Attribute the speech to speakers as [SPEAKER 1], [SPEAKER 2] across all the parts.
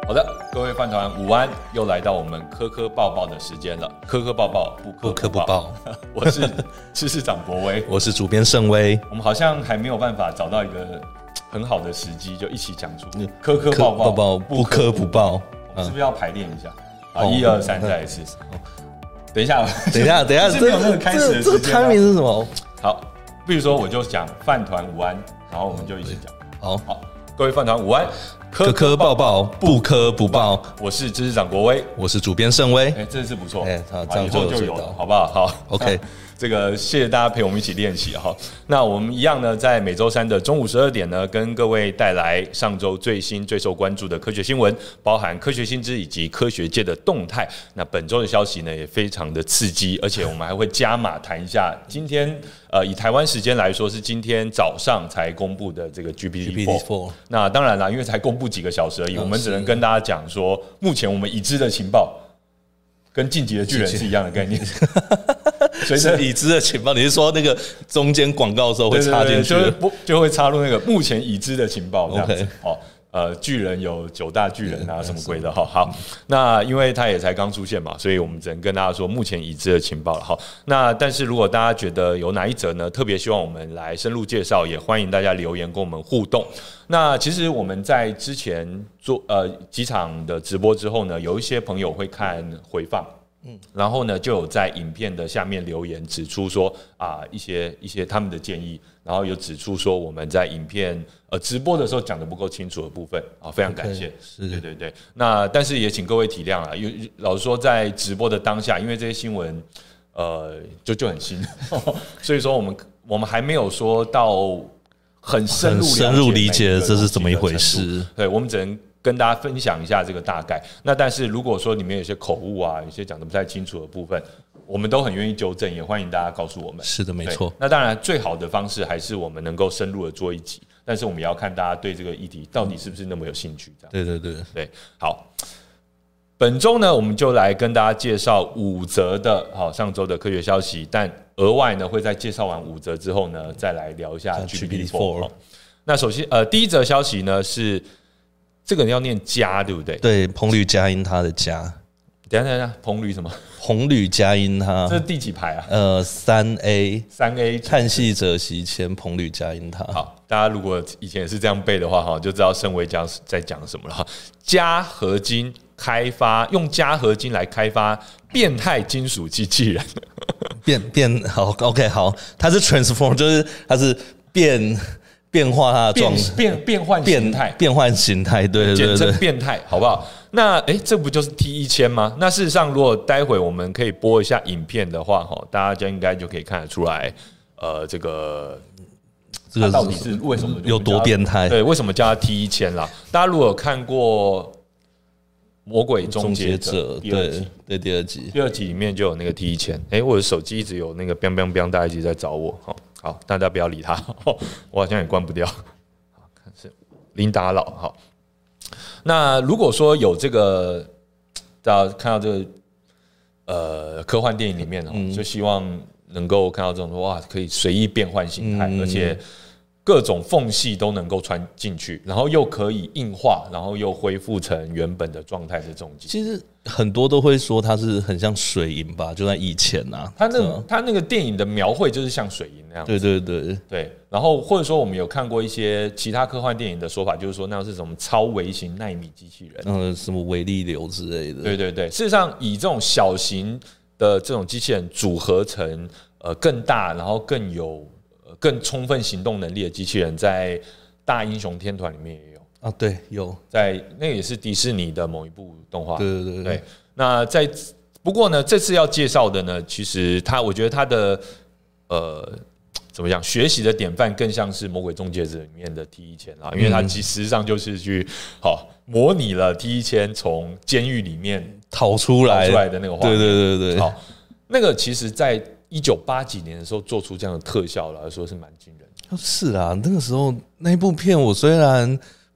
[SPEAKER 1] 好的，各位饭团午安，又来到我们科科报报的时间了。科科报报，不科不报。我是知识长博威，
[SPEAKER 2] 我是主编盛威。
[SPEAKER 1] 我们好像还没有办法找到一个很好的时机，就一起讲出科科报报，
[SPEAKER 2] 不科不报。
[SPEAKER 1] 是不是要排练一下？好，1、2、3，再来一次。等一下，
[SPEAKER 2] 这
[SPEAKER 1] 有那个开始的时间。
[SPEAKER 2] 这个 timing 是什么？
[SPEAKER 1] 好，比如说我就讲饭团午安，然后我们就一起讲。
[SPEAKER 2] 好，
[SPEAKER 1] 各位饭团午安。
[SPEAKER 2] 科科报报，不科不报。
[SPEAKER 1] 我是知识长国威，
[SPEAKER 2] 我是主编盛威。
[SPEAKER 1] 这是不错。
[SPEAKER 2] 好，这样就
[SPEAKER 1] 有了，好不好？好
[SPEAKER 2] ，OK。
[SPEAKER 1] 这个谢谢大家陪我们一起练习哈。那我们一样呢，在每周三的中午12点呢，跟各位带来上周最新最受关注的科学新闻，包含科学新知以及科学界的动态。那本周的消息呢，也非常的刺激，而且我们还会加码谈一下今天以台湾时间来说，是今天早上才公布的这个 GPT-4。那当然啦，因为才公布几个小时而已，我们只能跟大家讲说，目前我们已知的情报跟进击的巨人是一样的概念。
[SPEAKER 2] 随着已知的情报，你是说那个中间广告的时候会插进去，
[SPEAKER 1] 就会插入那个目前已知的情报这样子。巨人有9大巨人啊，什么鬼的哈。好，那因为他也才刚出现嘛，所以我们只能跟大家说目前已知的情报了。好，那但是如果大家觉得有哪一则呢，特别希望我们来深入介绍，也欢迎大家留言跟我们互动。那其实我们在之前做几场的直播之后呢，有一些朋友会看回放。然后呢，就有在影片的下面留言指出说一些他们的建议，然后有指出说我们在影片直播的时候讲的不够清楚的部分非常感谢。对。那但是也请各位体谅啊，老实说，在直播的当下，因为这些新闻就很新，所以说我们还没有说到很深入理解
[SPEAKER 2] 这是怎么一回事。
[SPEAKER 1] 对，我们只能跟大家分享一下这个大概。那但是如果说里面有些口误啊，有些讲的不太清楚的部分，我们都很愿意纠正，也欢迎大家告诉我们。
[SPEAKER 2] 是的，没错。
[SPEAKER 1] 那当然，最好的方式还是我们能够深入的做一集，但是我们也要看大家对这个议题到底是不是那么有兴趣。这样对。好，本周呢，我们就来跟大家介绍5则的上周的科学消息，但额外呢会在介绍完5则之后呢，再来聊一下 GPT-4。那首先第一则消息呢是。这个要念加，对不对？
[SPEAKER 2] 对，彭吕佳音他的加。
[SPEAKER 1] 等一下，彭吕什么？
[SPEAKER 2] 彭吕佳音他。
[SPEAKER 1] 这是第几排啊
[SPEAKER 2] ？3A。叹息者席前，彭吕佳音他。
[SPEAKER 1] 好，大家如果以前也是这样背的话，就知道盛威在讲什么了。镓合金开发，用镓合金来开发变态金属机器人。
[SPEAKER 2] 好 ，OK， 好，它是 transform， 就是它是变化它的状态，变换形态，对，
[SPEAKER 1] 简称变态，好不好？那这不就是 T1000吗？那事实上，如果待会我们可以播一下影片的话，大家应该就可以看得出来，这个到底是为什么
[SPEAKER 2] 有多变态？
[SPEAKER 1] 对，为什么叫它 T1000 啦？大家如果有看过《魔鬼终结者》第二集里面就有那个 T1000。我的手机一直有那个 biang biang biang， 大家一直在找我。好，大家不要理他，我好像也关不掉。好，看是琳达老。好，那如果说有这个，大家看到这个科幻电影里面就希望能够看到这种可以随意变换形态，而且各种缝隙都能够穿进去，然后又可以硬化，然后又恢复成原本的状态的这种机器。
[SPEAKER 2] 其实很多都会说它是很像水银吧，就在以前啊，
[SPEAKER 1] 它那个电影的描绘就是像水银那样子。对。然后或者说我们有看过一些其他科幻电影的说法，就是说那是什么超微型奈米机器人，
[SPEAKER 2] 什么微粒流之类的。
[SPEAKER 1] 对。事实上，以这种小型的这种机器人组合成更大，然后更充分行动能力的机器人，在大英雄天团里面也有
[SPEAKER 2] 啊，对，有
[SPEAKER 1] 在那个也是迪士尼的某一部动画。
[SPEAKER 2] 对。
[SPEAKER 1] 那不过呢，这次要介绍的呢，其实我觉得它的怎么讲，学习的典范更像是《魔鬼终结者》里面的 T1000 啦，因为它实际上就是去模拟了 T1000 从监狱里面
[SPEAKER 2] 逃出来
[SPEAKER 1] 的那个画面。
[SPEAKER 2] 对。
[SPEAKER 1] 好，那个其实在1980几年的时候做出这样的特效来说是蛮惊人的。
[SPEAKER 2] 是啊，那个时候那一部片我虽然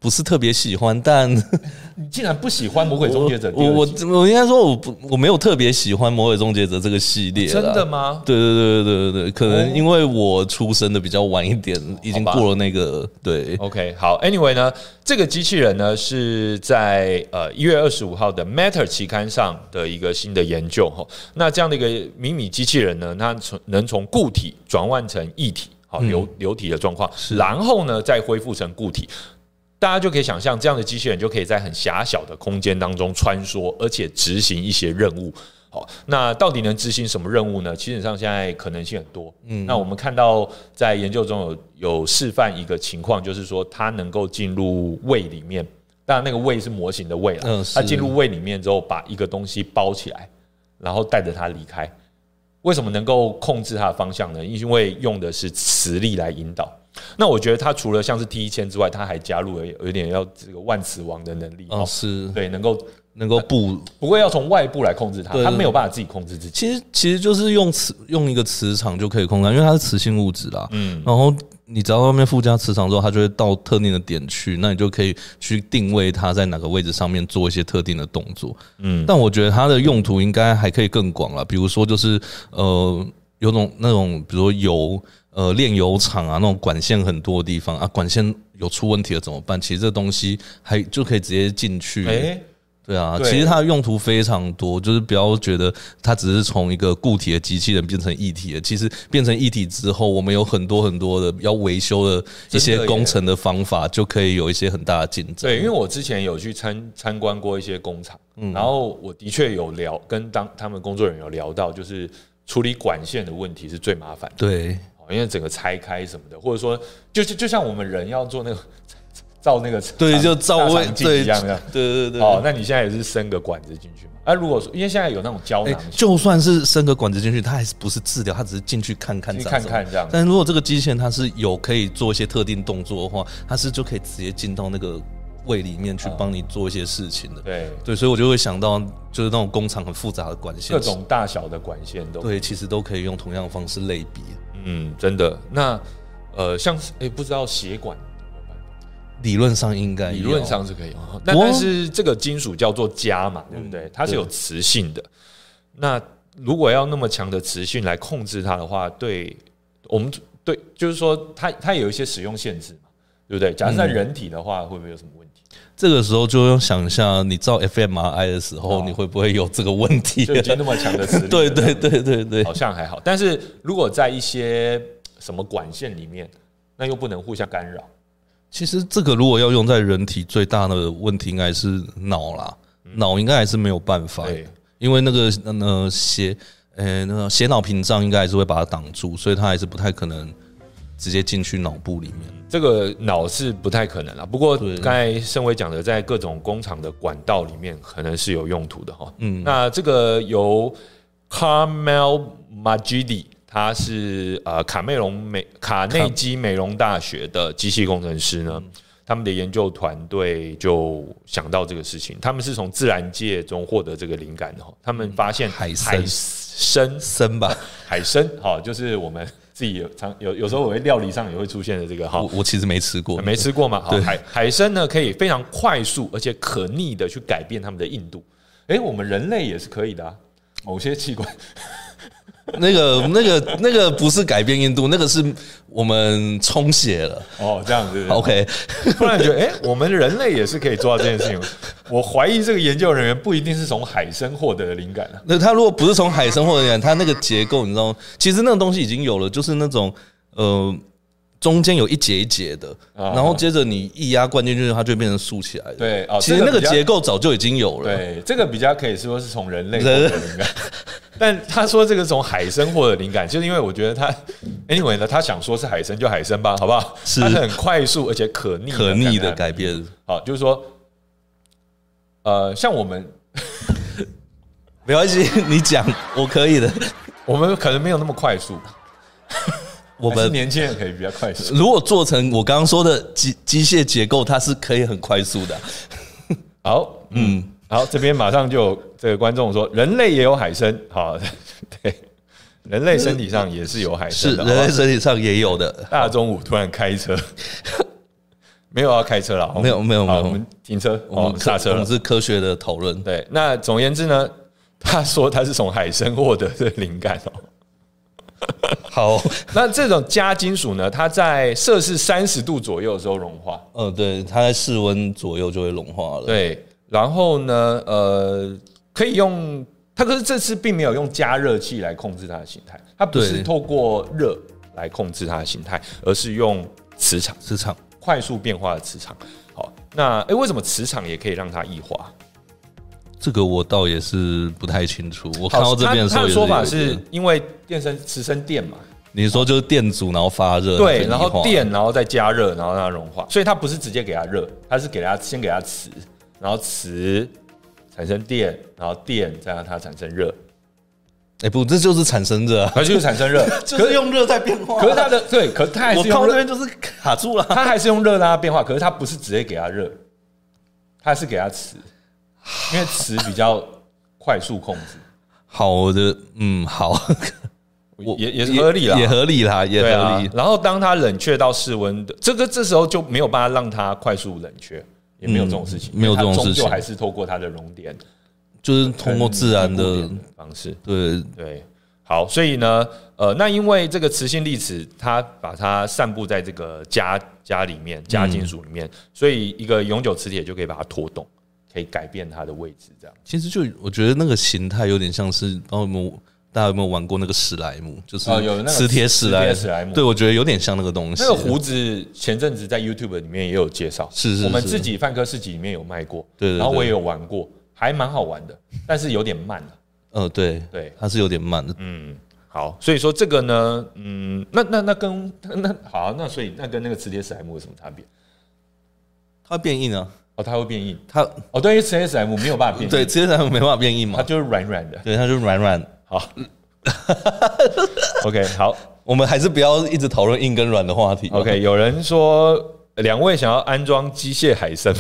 [SPEAKER 2] 不是特别喜欢，但
[SPEAKER 1] 你竟然不喜欢《魔鬼终结者》
[SPEAKER 2] 我应该说我没有特别喜欢《魔鬼终结者》这个系列，
[SPEAKER 1] 真的吗？
[SPEAKER 2] 对，可能因为我出生的比较晚一点，已经过了那个对。
[SPEAKER 1] OK， 好 ，Anyway 呢，这个机器人呢是在1月25号的 Matter 期刊上的一个新的研究哈。那这样的一个迷你机器人呢，它能从固体转换成液体。流体的状况，然后呢再恢复成固体，大家就可以想象，这样的机器人就可以在很狭小的空间当中穿梭，而且执行一些任务。好，那到底能执行什么任务呢？基本上现在可能性很多。那我们看到在研究中有示范一个情况，就是说它能够进入胃里面，当然那个胃是模型的胃啦，它进入胃里面之后，把一个东西包起来，然后带着它离开。为什么能够控制它的方向呢？因为用的是磁力来引导。那我觉得它除了像是T1000之外，它还加入了有点要这个万磁王的能力。
[SPEAKER 2] 是，
[SPEAKER 1] 对，能够不会要从外部来控制它，它没有办法自己控制自己。
[SPEAKER 2] 其实就是用一个磁场就可以控制它，因为它是磁性物质啦。然后你只要外面附加磁场之后，它就会到特定的点去，那你就可以去定位它在哪个位置上面做一些特定的动作。但我觉得它的用途应该还可以更广啦，比如说就是有那种比如说炼油厂啊，那种管线很多的地方啊，管线有出问题了怎么办？其实这东西还就可以直接进去。对啊，其实它的用途非常多，就是不要觉得它只是从一个固体的机器人变成液体的，其实变成液体之后，我们有很多的要维修的一些工程的方法，就可以有一些很大的进展。
[SPEAKER 1] 对，因为我之前有去参观过一些工厂，然后我的确有跟他们工作人员有聊到，就是处理管线的问题是最麻烦的。
[SPEAKER 2] 对，
[SPEAKER 1] 因为整个拆开什么的，或者说就像我们人要做那个造那个
[SPEAKER 2] 对，就造位
[SPEAKER 1] 一样的，
[SPEAKER 2] 对。
[SPEAKER 1] 那你现在也是伸个管子进去嘛？如果说因为现在有那种胶囊，
[SPEAKER 2] 就算是伸个管子进去，它还是不是治疗，它只是进去看看
[SPEAKER 1] 这样。
[SPEAKER 2] 但如果这个机器人它是有可以做一些特定动作的话，它是就可以直接进到那个胃里面去帮你做一些事情的。对，所以我就会想到，就是那种工厂很复杂的管线，
[SPEAKER 1] 各种大小的管线
[SPEAKER 2] 对，其实都可以用同样的方式类比。
[SPEAKER 1] 真的。那像不知道血管。
[SPEAKER 2] 理论上应该，
[SPEAKER 1] 理论上是可以，但是这个金属叫做镓嘛，对不对？它是有磁性的。那如果要那么强的磁性来控制它的话，对我们对，就是说它有一些使用限制嘛，对不对？假设在人体的话，会不会有什么问题？
[SPEAKER 2] 这个时候就要想一下，你照 fMRI 的时候，你会不会有这个问题？
[SPEAKER 1] 就已经那么强的磁力，
[SPEAKER 2] 对，
[SPEAKER 1] 好像还好。但是如果在一些什么管线里面，那又不能互相干扰。
[SPEAKER 2] 其实这个如果要用在人体，最大的问题应该是脑啦，脑应该还是没有办法，因为那个血脑屏障应该还是会把它挡住，所以它还是不太可能直接进去脑部里面。
[SPEAKER 1] 这个脑是不太可能啦，不过刚才盛伟讲的，在各种工厂的管道里面可能是有用途的哈。那这个由 Carmel Majidi。他是卡内基梅隆大学的机器工程师呢，他们的研究团队就想到这个事情，他们是从自然界中获得这个灵感的。他们发现海参吧，海参就是我们自己有时候我会料理上也会出现的这个
[SPEAKER 2] 我其实没吃过，
[SPEAKER 1] 没吃过嘛。海参呢可以非常快速而且可逆的去改变它们的硬度。我们人类也是可以的啊，某些器官。
[SPEAKER 2] 那个不是改变硬度，那个是我们充血了。
[SPEAKER 1] 这样子
[SPEAKER 2] ，OK。
[SPEAKER 1] 突然觉得，我们人类也是可以做到这件事情。我怀疑这个研究人员不一定是从海参获得的灵感
[SPEAKER 2] 那他如果不是从海参获得的灵感，他那个结构你知道吗？其实那个东西已经有了，就是那种中间有一节一节的，然后接着你一压灌进去，它就变成竖起来的。
[SPEAKER 1] 对，
[SPEAKER 2] 其实那个结构早就已经有了。
[SPEAKER 1] 对，这个比较可以说是从人类获得灵感。但他说这个从海参获得灵感，就是因为我觉得他 ，anyway 呢，他想说是海参就海参吧，好不好？
[SPEAKER 2] 是，
[SPEAKER 1] 它是很快速而且可逆
[SPEAKER 2] 的改变。
[SPEAKER 1] 好，就是说，像我们
[SPEAKER 2] 没关系，你讲我可以的。
[SPEAKER 1] 我们可能没有那么快速。
[SPEAKER 2] 我们
[SPEAKER 1] 年轻人可以比较快速。
[SPEAKER 2] 如果做成我刚刚说的机械结构，它是可以很快速的。
[SPEAKER 1] 好，这边马上就有这个观众说，人类也有海参。好，对，人类身体上也是有海参的，
[SPEAKER 2] 是人类身体上也有的。
[SPEAKER 1] 大中午突然开车， 没有要开车了，
[SPEAKER 2] 没有，我
[SPEAKER 1] 们停车，我们刹车了。
[SPEAKER 2] 我们是科学的讨论。
[SPEAKER 1] 对，那总而言之呢，他说他是从海参获得的灵感
[SPEAKER 2] 好，
[SPEAKER 1] 那这种加金属呢，它在摄氏30度左右的时候融化。
[SPEAKER 2] 对，它在室温左右就会融化了。
[SPEAKER 1] 对，然后呢，可以用它，可是这次并没有用加热器来控制它的形态，它不是透过热来控制它的形态，而是用磁场快速变化的磁场。好，那为什么磁场也可以让它异化？
[SPEAKER 2] 这个我倒也是不太清楚。我看到这边的时候，
[SPEAKER 1] 他的说法是因为磁生电嘛。
[SPEAKER 2] 你说就是电阻，然后发热，
[SPEAKER 1] 对，然后电，然后再加热，然后让它融化。所以它不是直接给它热，它是先给它磁，然后磁产生电，然后电再让它产生热。
[SPEAKER 2] 不，这就是产生热，
[SPEAKER 1] 它就是产生热，
[SPEAKER 2] 就是用热在变化。
[SPEAKER 1] 可是它的对，可是它还是用
[SPEAKER 2] 我靠这边就是卡住了，
[SPEAKER 1] 它还是用热让它变化，可是它不是直接给它热，它是给它磁。因为磁比较快速控制，
[SPEAKER 2] 好的，好，
[SPEAKER 1] 也是合理啦，
[SPEAKER 2] 也合理啦，也合理。
[SPEAKER 1] 然后当它冷却到室温的这时候就没有办法让它快速冷却，也没有这种事情，
[SPEAKER 2] 没有这种事情，
[SPEAKER 1] 终究还是透过它的熔点，
[SPEAKER 2] 就是通过自然的
[SPEAKER 1] 方式。
[SPEAKER 2] 对，
[SPEAKER 1] 好，所以呢，那因为这个磁性粒子，它把它散布在这个镓里面，镓金属里面，所以一个永久磁铁就可以把它拖动。可以改变它的位置，这样。其
[SPEAKER 2] 实就我觉得那个形态有点像是，大家有没有玩过那个史莱姆？就是磁铁史莱姆。对，我觉得有点像那个东西。
[SPEAKER 1] 那个胡子前阵子在 YouTube 里面也有介绍，
[SPEAKER 2] 是
[SPEAKER 1] 我们自己泛科市集里面有卖过，
[SPEAKER 2] 对，
[SPEAKER 1] 然后我也有玩过，还蛮好玩的，但是有点慢了。
[SPEAKER 2] 对，它是有点慢的。
[SPEAKER 1] 好，所以说这个呢，那跟好，那所以那跟那个磁铁史莱姆有什么差别？
[SPEAKER 2] 它变硬啊。
[SPEAKER 1] 它会变硬。
[SPEAKER 2] 对，
[SPEAKER 1] 因为磁铁史莱姆没有办法变硬。
[SPEAKER 2] 对，磁铁史莱姆没办法变硬嘛，
[SPEAKER 1] 它就是软软的。
[SPEAKER 2] 对，它就是软软。
[SPEAKER 1] 好，OK， 好，
[SPEAKER 2] 我们还是不要一直讨论硬跟软的话题。
[SPEAKER 1] OK， 有人说2位想要安装机械海参。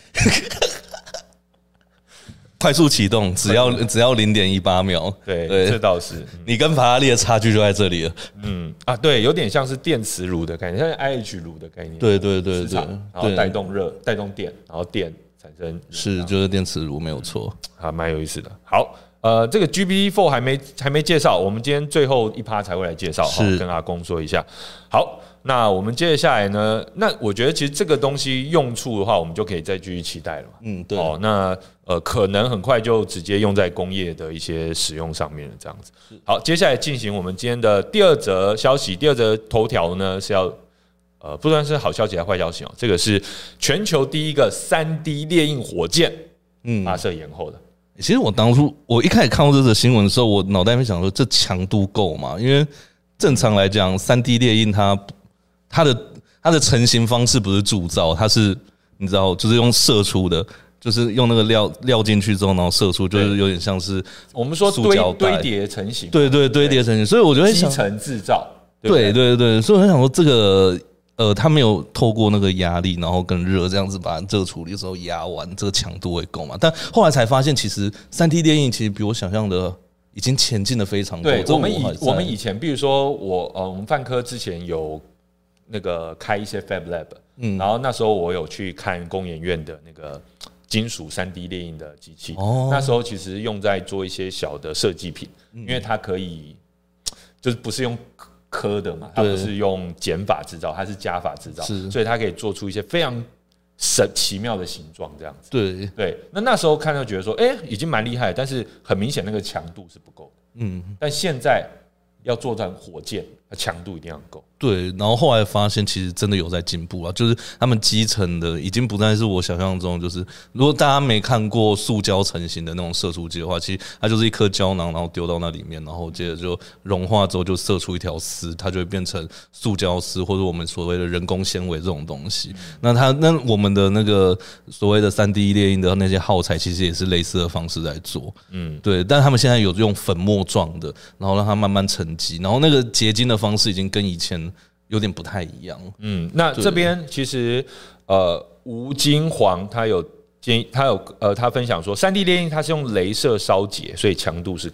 [SPEAKER 2] 快速启动，只要0.18秒。
[SPEAKER 1] 对，这倒是。
[SPEAKER 2] 你跟法拉利的差距就在这里了。
[SPEAKER 1] 对，有点像是电磁炉的概念，像 IH 炉的概念。
[SPEAKER 2] 对，
[SPEAKER 1] 然后带动热，带动电，然后电产生
[SPEAKER 2] 就是电磁炉，没有错。
[SPEAKER 1] 蛮有意思的。好，这个 GPT-4 还没介绍，我们今天最后一趴才会来介绍，跟阿公说一下。好。那我们接着下来呢？那我觉得其实这个东西用处的话，我们就可以再继续期待了嘛。
[SPEAKER 2] 对。
[SPEAKER 1] 那可能很快就直接用在工业的一些使用上面了，这样子。好，接下来进行我们今天的第二则消息。第二则头条呢是要不算是好消息还是坏消息哦。这个是全球第一个3D 列印火箭发射延后的。
[SPEAKER 2] 其实我一开始看到这则新闻的时候，我脑袋里面想说，这强度够吗？因为正常来讲，3D 列印它的成型方式不是铸造，它是你知道，就是用射出的，就是用那个料进去之后，然后射出，就是有点像是
[SPEAKER 1] 我们说堆叠成型，
[SPEAKER 2] 对，堆叠成型。所以我就会想，
[SPEAKER 1] 基层制造，
[SPEAKER 2] 对，所以我在想说，这个它没有透过那个压力，然后跟热这样子把热处理的时候压完，这个强度会够嘛？但后来才发现，其实3D 列印其实比我想象的已经前进的非常多。
[SPEAKER 1] 对，我们以前，比如说我们泛科之前有那个开一些 Fab Lab，然后那时候我有去看工研院的那个金属3D 列印的机器，那时候其实用在做一些小的设计品，因为它可以就是不是用刻的嘛，它不是用减法制造，它是加法制造，所以它可以做出一些非常奇妙的形状，这样子。对，那时候看到觉得说，已经蛮厉害，但是很明显那个强度是不够的。但现在要做成火箭，它强度一定要够。
[SPEAKER 2] 对，然后后来发现其实真的有在进步啊，就是他们基层的已经不再是我想象中，就是如果大家没看过塑胶成型的那种射出机的话，其实它就是一颗胶囊，然后丢到那里面，然后接着就融化之后就射出一条丝，它就会变成塑胶丝或者我们所谓的人工纤维这种东西。那我们的那个所谓的3D 列印的那些耗材，其实也是类似的方式在做。对，但他们现在有用粉末状的，然后让它慢慢沉积，然后那个结晶的方式已经跟以前有点不太一样。
[SPEAKER 1] 那这边其实吴金煌他分享说，3D 列印它是用雷射烧结，所以强度是够的。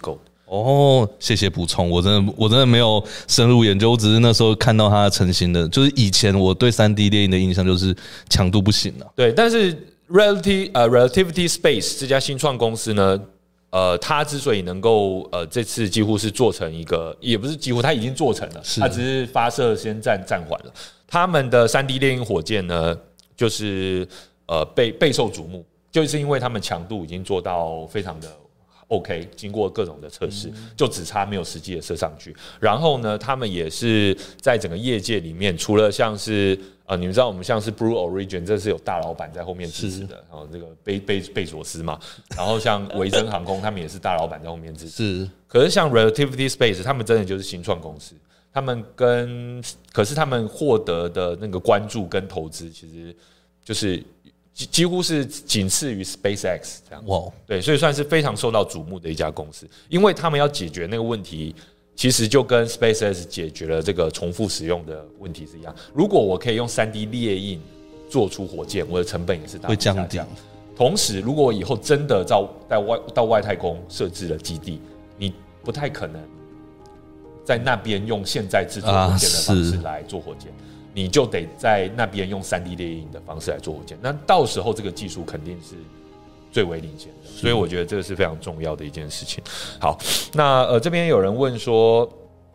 [SPEAKER 2] 哦，谢谢补充，我真的没有深入研究，我只是那时候看到它成型的，就是以前我对3D 列印的印象就是强度不行了。
[SPEAKER 1] 对，但是 Relativity Space 这家新创公司呢，它之所以能够这次几乎是做成一个，也不是几乎，它已经做成了，它只是发射先暂缓了。他们的3D 猎鹰火箭呢，就是备受瞩目，就是因为他们强度已经做到非常的 OK， 经过各种的测试，就只差没有实际的射上去。然后呢，他们也是在整个业界里面，除了像是你们知道我们像是 Blue Origin， 这是有大老板在后面支持的，然后这个贝佐斯嘛，然后像维珍航空，他们也是大老板在后面支持。是，可是像 Relativity Space， 他们真的就是新创公司，可是他们获得的那个关注跟投资，其实就是几乎是仅次于 SpaceX 这样。哇，对，所以算是非常受到瞩目的一家公司，因为他们要解决那个问题。其实就跟 SpaceX 解决了这个重复使用的问题是一样。如果我可以用3D 列印做出火箭，我的成本也是大幅下降。同时，如果我以后真的到外太空设置了基地，你不太可能在那边用现在制作火箭的方式来做火箭，你就得在那边用3D 列印的方式来做火箭。那到时候这个技术肯定是最为领先的，所以我觉得这个是非常重要的一件事情。好，那这边有人问说，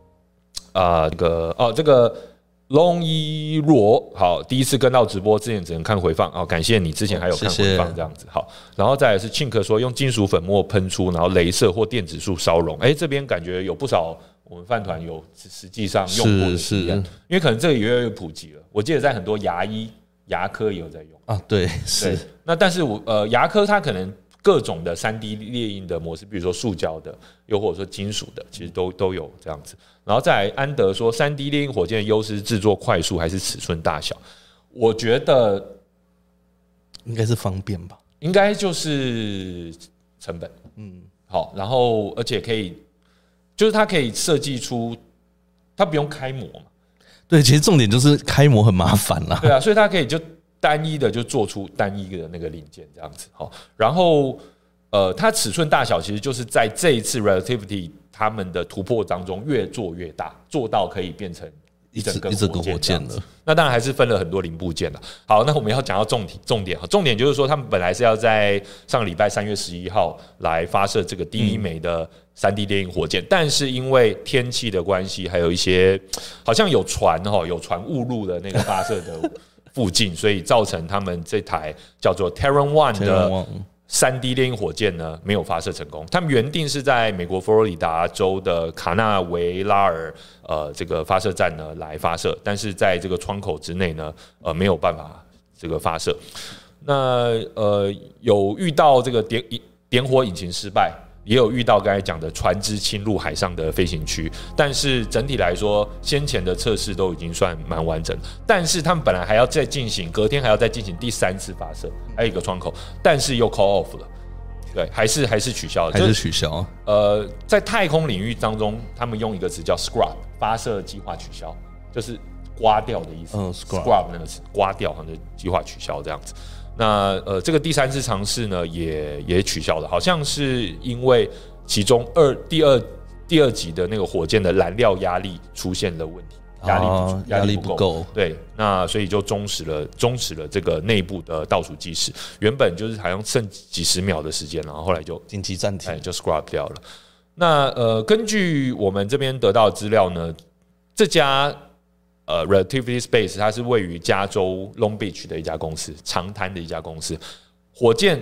[SPEAKER 1] 这个 Long 一若好，第一次跟到直播之前只能看回放，感谢你之前还有看回放这样子。好，然后再来是庆克说用金属粉末喷出，然后雷射或电子束烧熔。这边感觉有不少我们饭团有实际上用过的经验，因为可能这个也越来越普及了。我记得在很多牙科也有在用
[SPEAKER 2] 啊，对，是。
[SPEAKER 1] 那但是牙科它可能各种的3D 列印的模式，比如说塑胶的，又或者说金属的，其实都有这样子。然后再来安德说，3D 列印火箭的优势是制作快速还是尺寸大小？我觉得
[SPEAKER 2] 应该是方便吧，
[SPEAKER 1] 应该就是成本。好，然后而且可以，就是它可以设计出，它不用开模嘛。
[SPEAKER 2] 对，其实重点就是开模很麻烦啦。
[SPEAKER 1] 对啊，所以它可以就单一的就做出单一的那个零件这样子。好，然后它尺寸大小其实就是在这一次 Relativity 他们的突破当中越做越大，做到可以变成一整个火箭了。那当然还是分了很多零部件了。好，那我们要讲到重点就是说，他们本来是要在上个礼拜3月11号来发射这个第一枚的3D 列印火箭，但是因为天气的关系，还有一些好像有船误入了那个发射的附近，所以造成他们这台叫做 Terran One 的3D 列印火箭呢没有发射成功。他们原定是在美国佛罗里达州的卡纳维拉尔这个发射站呢来发射，但是在这个窗口之内呢没有办法这个发射。那有遇到这个点火引擎失败，也有遇到刚才讲的船只侵入海上的飞行区，但是整体来说，先前的测试都已经算蛮完整。但是他们本来还要再进行，隔天还要再进行第3次发射，还有一个窗口，但是又 call off 了，对，还是取消了，
[SPEAKER 2] 还是取消。
[SPEAKER 1] 在太空领域当中，他们用一个词叫 scrap， 发射计划取消，就是刮掉的意思。scrap 那个词，刮掉，好像计划取消这样子。那这个第3次尝试呢，也取消了，好像是因为其中第二级的那个火箭的燃料压力出现了问题，压力不够，对，那所以就终止了这个内部的倒数计时，原本就是好像剩几十秒的时间，然后后来就
[SPEAKER 2] 紧急暂停，
[SPEAKER 1] 就 scrap 掉了。那根据我们这边得到的资料呢，这家Relativity Space 它是位于加州 Long Beach 的一家公司，长滩的一家公司，火箭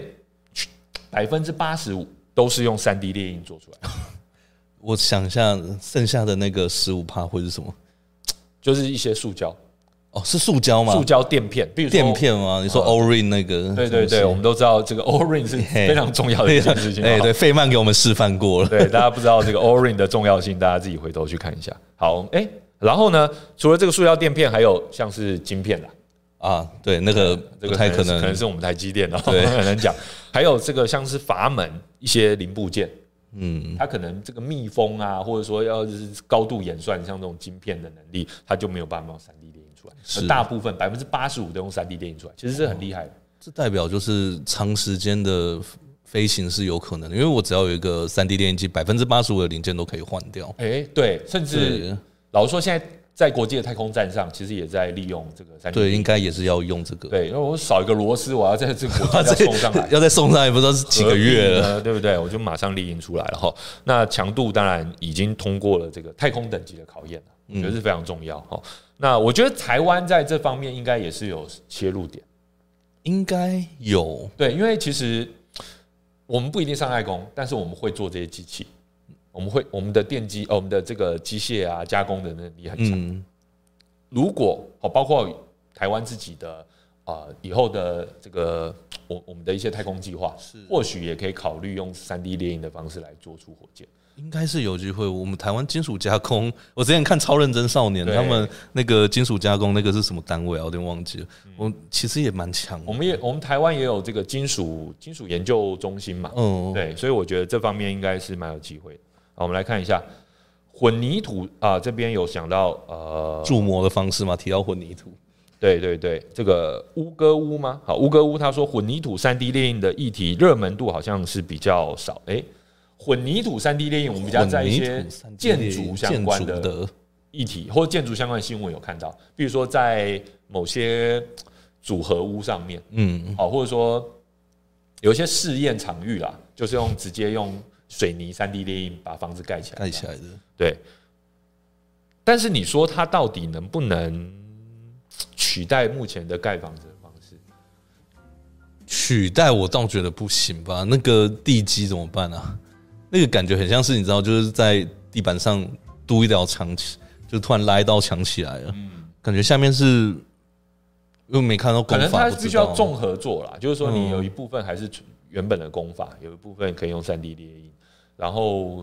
[SPEAKER 1] 85%都是用3D 列印做出来的。
[SPEAKER 2] 我想一下，剩下的那个15%会是什么？
[SPEAKER 1] 就是一些塑胶。
[SPEAKER 2] 哦，是塑胶吗？
[SPEAKER 1] 塑胶垫片，比如说
[SPEAKER 2] 垫片吗？你说 O-ring 那个？
[SPEAKER 1] 对，我们都知道这个 O-ring 是非常重要的一件事情。
[SPEAKER 2] 对，费曼给我们示范过了。
[SPEAKER 1] 对，大家不知道这个 O-ring 的重要性，大家自己回头去看一下。好，然后呢，除了这个塑胶垫片，还有像是晶片啦。
[SPEAKER 2] 啊，对，那个不太可能
[SPEAKER 1] 是我们台积电的，对，很难讲。还有这个像是阀门一些零部件，它可能这个密封啊，或者说要是高度演算，像这种晶片的能力，它就没有办法用3D 列印出来。而大部分85%都用3D 列印出来，其实是很厉害的。
[SPEAKER 2] 这代表就是长时间的飞行是有可能的，因为我只要有一个3D 列印机，85%的零件都可以换掉。
[SPEAKER 1] 对，甚至老实说，现在在国际的太空站上，其实也在利用这个3D。
[SPEAKER 2] 对，应该也是要用这个。
[SPEAKER 1] 对，因为我少一个螺丝，我要在这个国际要送上来，
[SPEAKER 2] 要再送上来，不知道是几个月了，
[SPEAKER 1] 对不对？我就马上列印出来了哈。那强度当然已经通过了这个太空等级的考验了，我觉得是非常重要哈。那我觉得台湾在这方面应该也是有切入点，
[SPEAKER 2] 应该有。
[SPEAKER 1] 对，因为其实我们不一定上太空，但是我们会做这些机器，我们的电机我们的这个机械啊加工的能力很强。如果包括台湾自己的以后的这个我们的一些太空计划，或许也可以考虑用3D 列印的方式来做出火箭。
[SPEAKER 2] 应该是有机会。我们台湾金属加工，我之前看《超认真少年》，他们那个金属加工那个是什么单位啊？我有点忘记了。我其实也蛮强的。
[SPEAKER 1] 我们台湾也有这个金属研究中心嘛，对，所以我觉得这方面应该是蛮有机会的。好，我们来看一下混凝土这边有想到
[SPEAKER 2] 铸模的方式吗？提到混凝土。
[SPEAKER 1] 对，这个乌哥屋吗？好，乌哥屋他说混凝土3D 列印的议题热门度好像是比较少。混凝土3D 列印，我们比较在一些建筑相关的议题或建筑相关的新闻有看到，比如说在某些组合屋上面，或者说有一些试验场域啦，就是直接用水泥3D 列印把房子盖起来的。对，但是你说它到底能不能取代目前的盖房子的方式？
[SPEAKER 2] 取代我倒觉得不行吧。那个地基怎么办啊？那个感觉很像是你知道，就是在地板上嘟一条墙，就突然拉一道墙起来了。感觉下面是又没看到工法，
[SPEAKER 1] 可能它必须要综合做啦。就是说，你有一部分还是原本的工法，有一部分可以用3D 列印。然后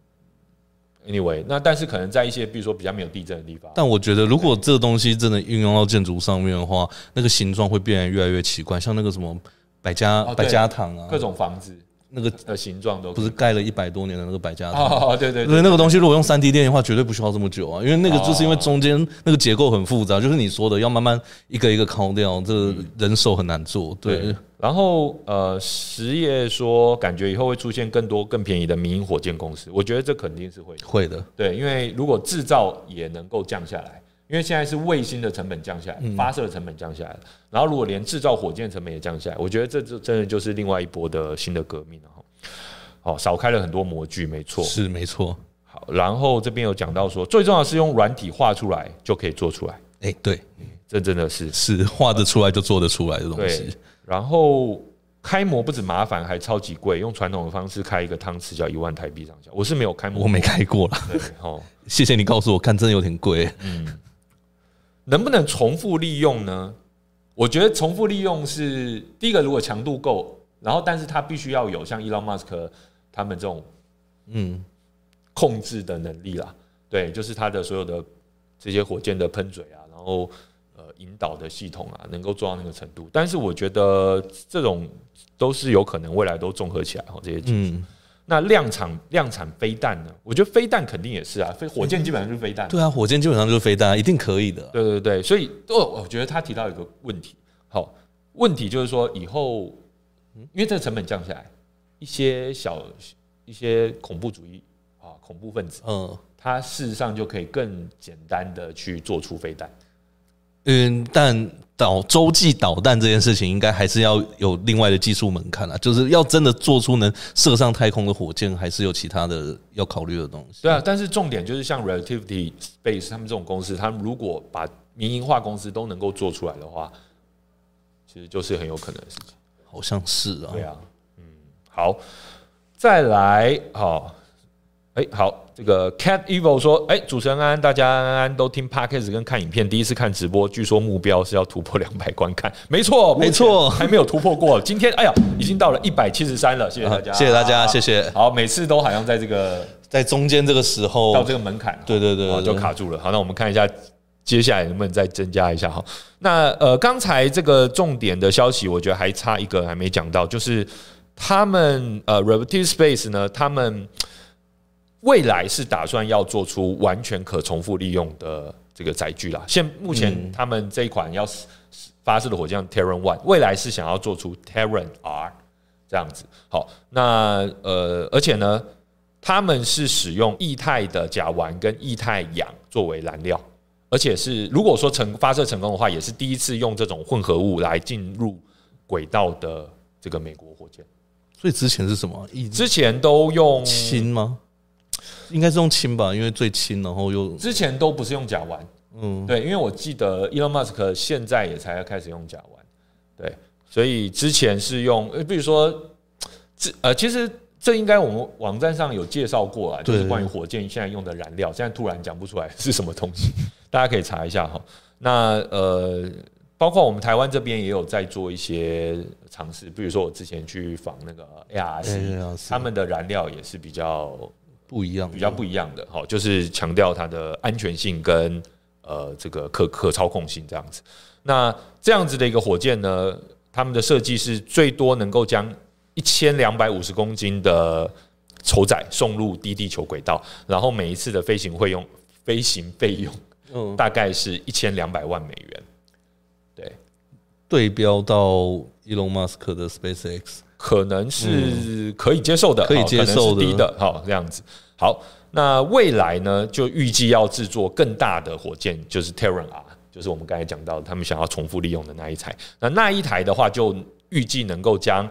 [SPEAKER 1] ，anyway， 那但是可能在一些比如说比较没有地震的地方，
[SPEAKER 2] 但我觉得如果这个东西真的运用到建筑上面的话，那个形状会变得越来越奇怪，像那个什么百家堂啊，
[SPEAKER 1] 各种房子。
[SPEAKER 2] 那个
[SPEAKER 1] 的形状都
[SPEAKER 2] 不是盖了100多年的那个百家堂，
[SPEAKER 1] 对，
[SPEAKER 2] 那个东西如果用3D 列印的话，绝对不需要这么久啊，因为那个就是因为中间那个结构很复杂，就是你说的要慢慢一个一个敲掉，这人手很难做。对，
[SPEAKER 1] 然后实业说感觉以后会出现更多更便宜的民营火箭公司，我觉得这肯定是会
[SPEAKER 2] 的。
[SPEAKER 1] 对，因为如果制造也能够降下来。因为现在是卫星的成本降下来，发射的成本降下来了，然后如果连制造火箭成本也降下来，我觉得这真的就是另外一波的新的革命了。好，少开了很多模具，没错，
[SPEAKER 2] 是没错。
[SPEAKER 1] 好，然后这边有讲到说，最重要的是用软体画出来就可以做出来。
[SPEAKER 2] 对，
[SPEAKER 1] 这真的是
[SPEAKER 2] 画得出来就做得出来的东西。
[SPEAKER 1] 然后开模不止麻烦，还超级贵，用传统的方式开一个汤匙就要1万台币上下。我是没有开模，
[SPEAKER 2] 我没开过啦。谢谢你告诉我，看真的有点贵。
[SPEAKER 1] 能不能重复利用呢？我觉得重复利用是第一个，如果强度够，然后但是它必须要有像 Elon Musk 他们这种控制的能力啦。对，就是它的所有的这些火箭的喷嘴啊，然后引导的系统啊，能够做到那个程度。但是我觉得这种都是有可能未来都综合起来这些技术。那量产飞弹呢？我觉得飞弹肯定也是啊，火箭基本上就是飞弹。对
[SPEAKER 2] 啊，火箭基本上就是飞弹，一定可以的。
[SPEAKER 1] 对，所以我觉得他提到一个问题，问题就是说以后，因为这个成本降下来，一些恐怖主义恐怖分子，他事实上就可以更简单的去做出飞弹。
[SPEAKER 2] 但洲际导弹这件事情应该还是要有另外的技术门槛啦，就是要真的做出能射上太空的火箭，还是有其他的要考虑的东西。
[SPEAKER 1] 对啊，但是重点就是像 Relativity Space 他们这种公司，他们如果把民营化公司都能够做出来的话，其实就是很有可能的事情。
[SPEAKER 2] 好像是啊。
[SPEAKER 1] 对啊，好，再来，好，这个 Cat Evil 说，主持人安安，大家安安都听 Podcast 跟看影片，第一次看直播，据说目标是要突破200观看，没错，还没有突破过。今天已经到了173了，谢谢大家，
[SPEAKER 2] 谢谢大家，谢谢。
[SPEAKER 1] 好，每次都好像在这个
[SPEAKER 2] 在中间这个时候
[SPEAKER 1] 到这个门槛，
[SPEAKER 2] 对，
[SPEAKER 1] 就卡住了。好，那我们看一下接下来能不能再增加一下哈。那刚才这个重点的消息，我觉得还差一个还没讲到，就是他们Relativity Space 呢，他们未来是打算要做出完全可重复利用的这个载具啦。目前他们这一款要发射的火箭 Terran 1，未来是想要做出 Terran R 这样子。好，那而且呢，他们是使用液态的甲烷跟液态氧作为燃料，而且是如果说发射成功的话，也是第一次用这种混合物来进入轨道的这个美国火箭。
[SPEAKER 2] 所以之前是什么？
[SPEAKER 1] 之前都用
[SPEAKER 2] 氢吗？应该是用氢吧，因为最轻，然后又
[SPEAKER 1] 之前都不是用甲烷。对，因为我记得 Elon Musk 现在也才开始用甲烷，对，所以之前是用，比如说，其实这应该我们网站上有介绍过啊，就是关于火箭现在用的燃料，现在突然讲不出来是什么东西，大家可以查一下哈。那包括我们台湾这边也有在做一些尝试，比如说我之前去访那个 ARC， 他们的燃料也是比较不一样的，好，就是强调它的安全性跟这个可操控性这样子。那这样子的一个火箭呢，他们的设计是最多能够将1250公斤的筹载送入低地球轨道，然后每一次的飞行费用大概是1200万美元。对标到 Elon Musk 的 SpaceX， 可能是可以接受的，可能是低的，好，这样子。好，那未来呢，就预计要制作更大的火箭，就是 Terran R， 就是我们刚才讲到的他们想要重复利用的那一台。那一台的话，就预计能够将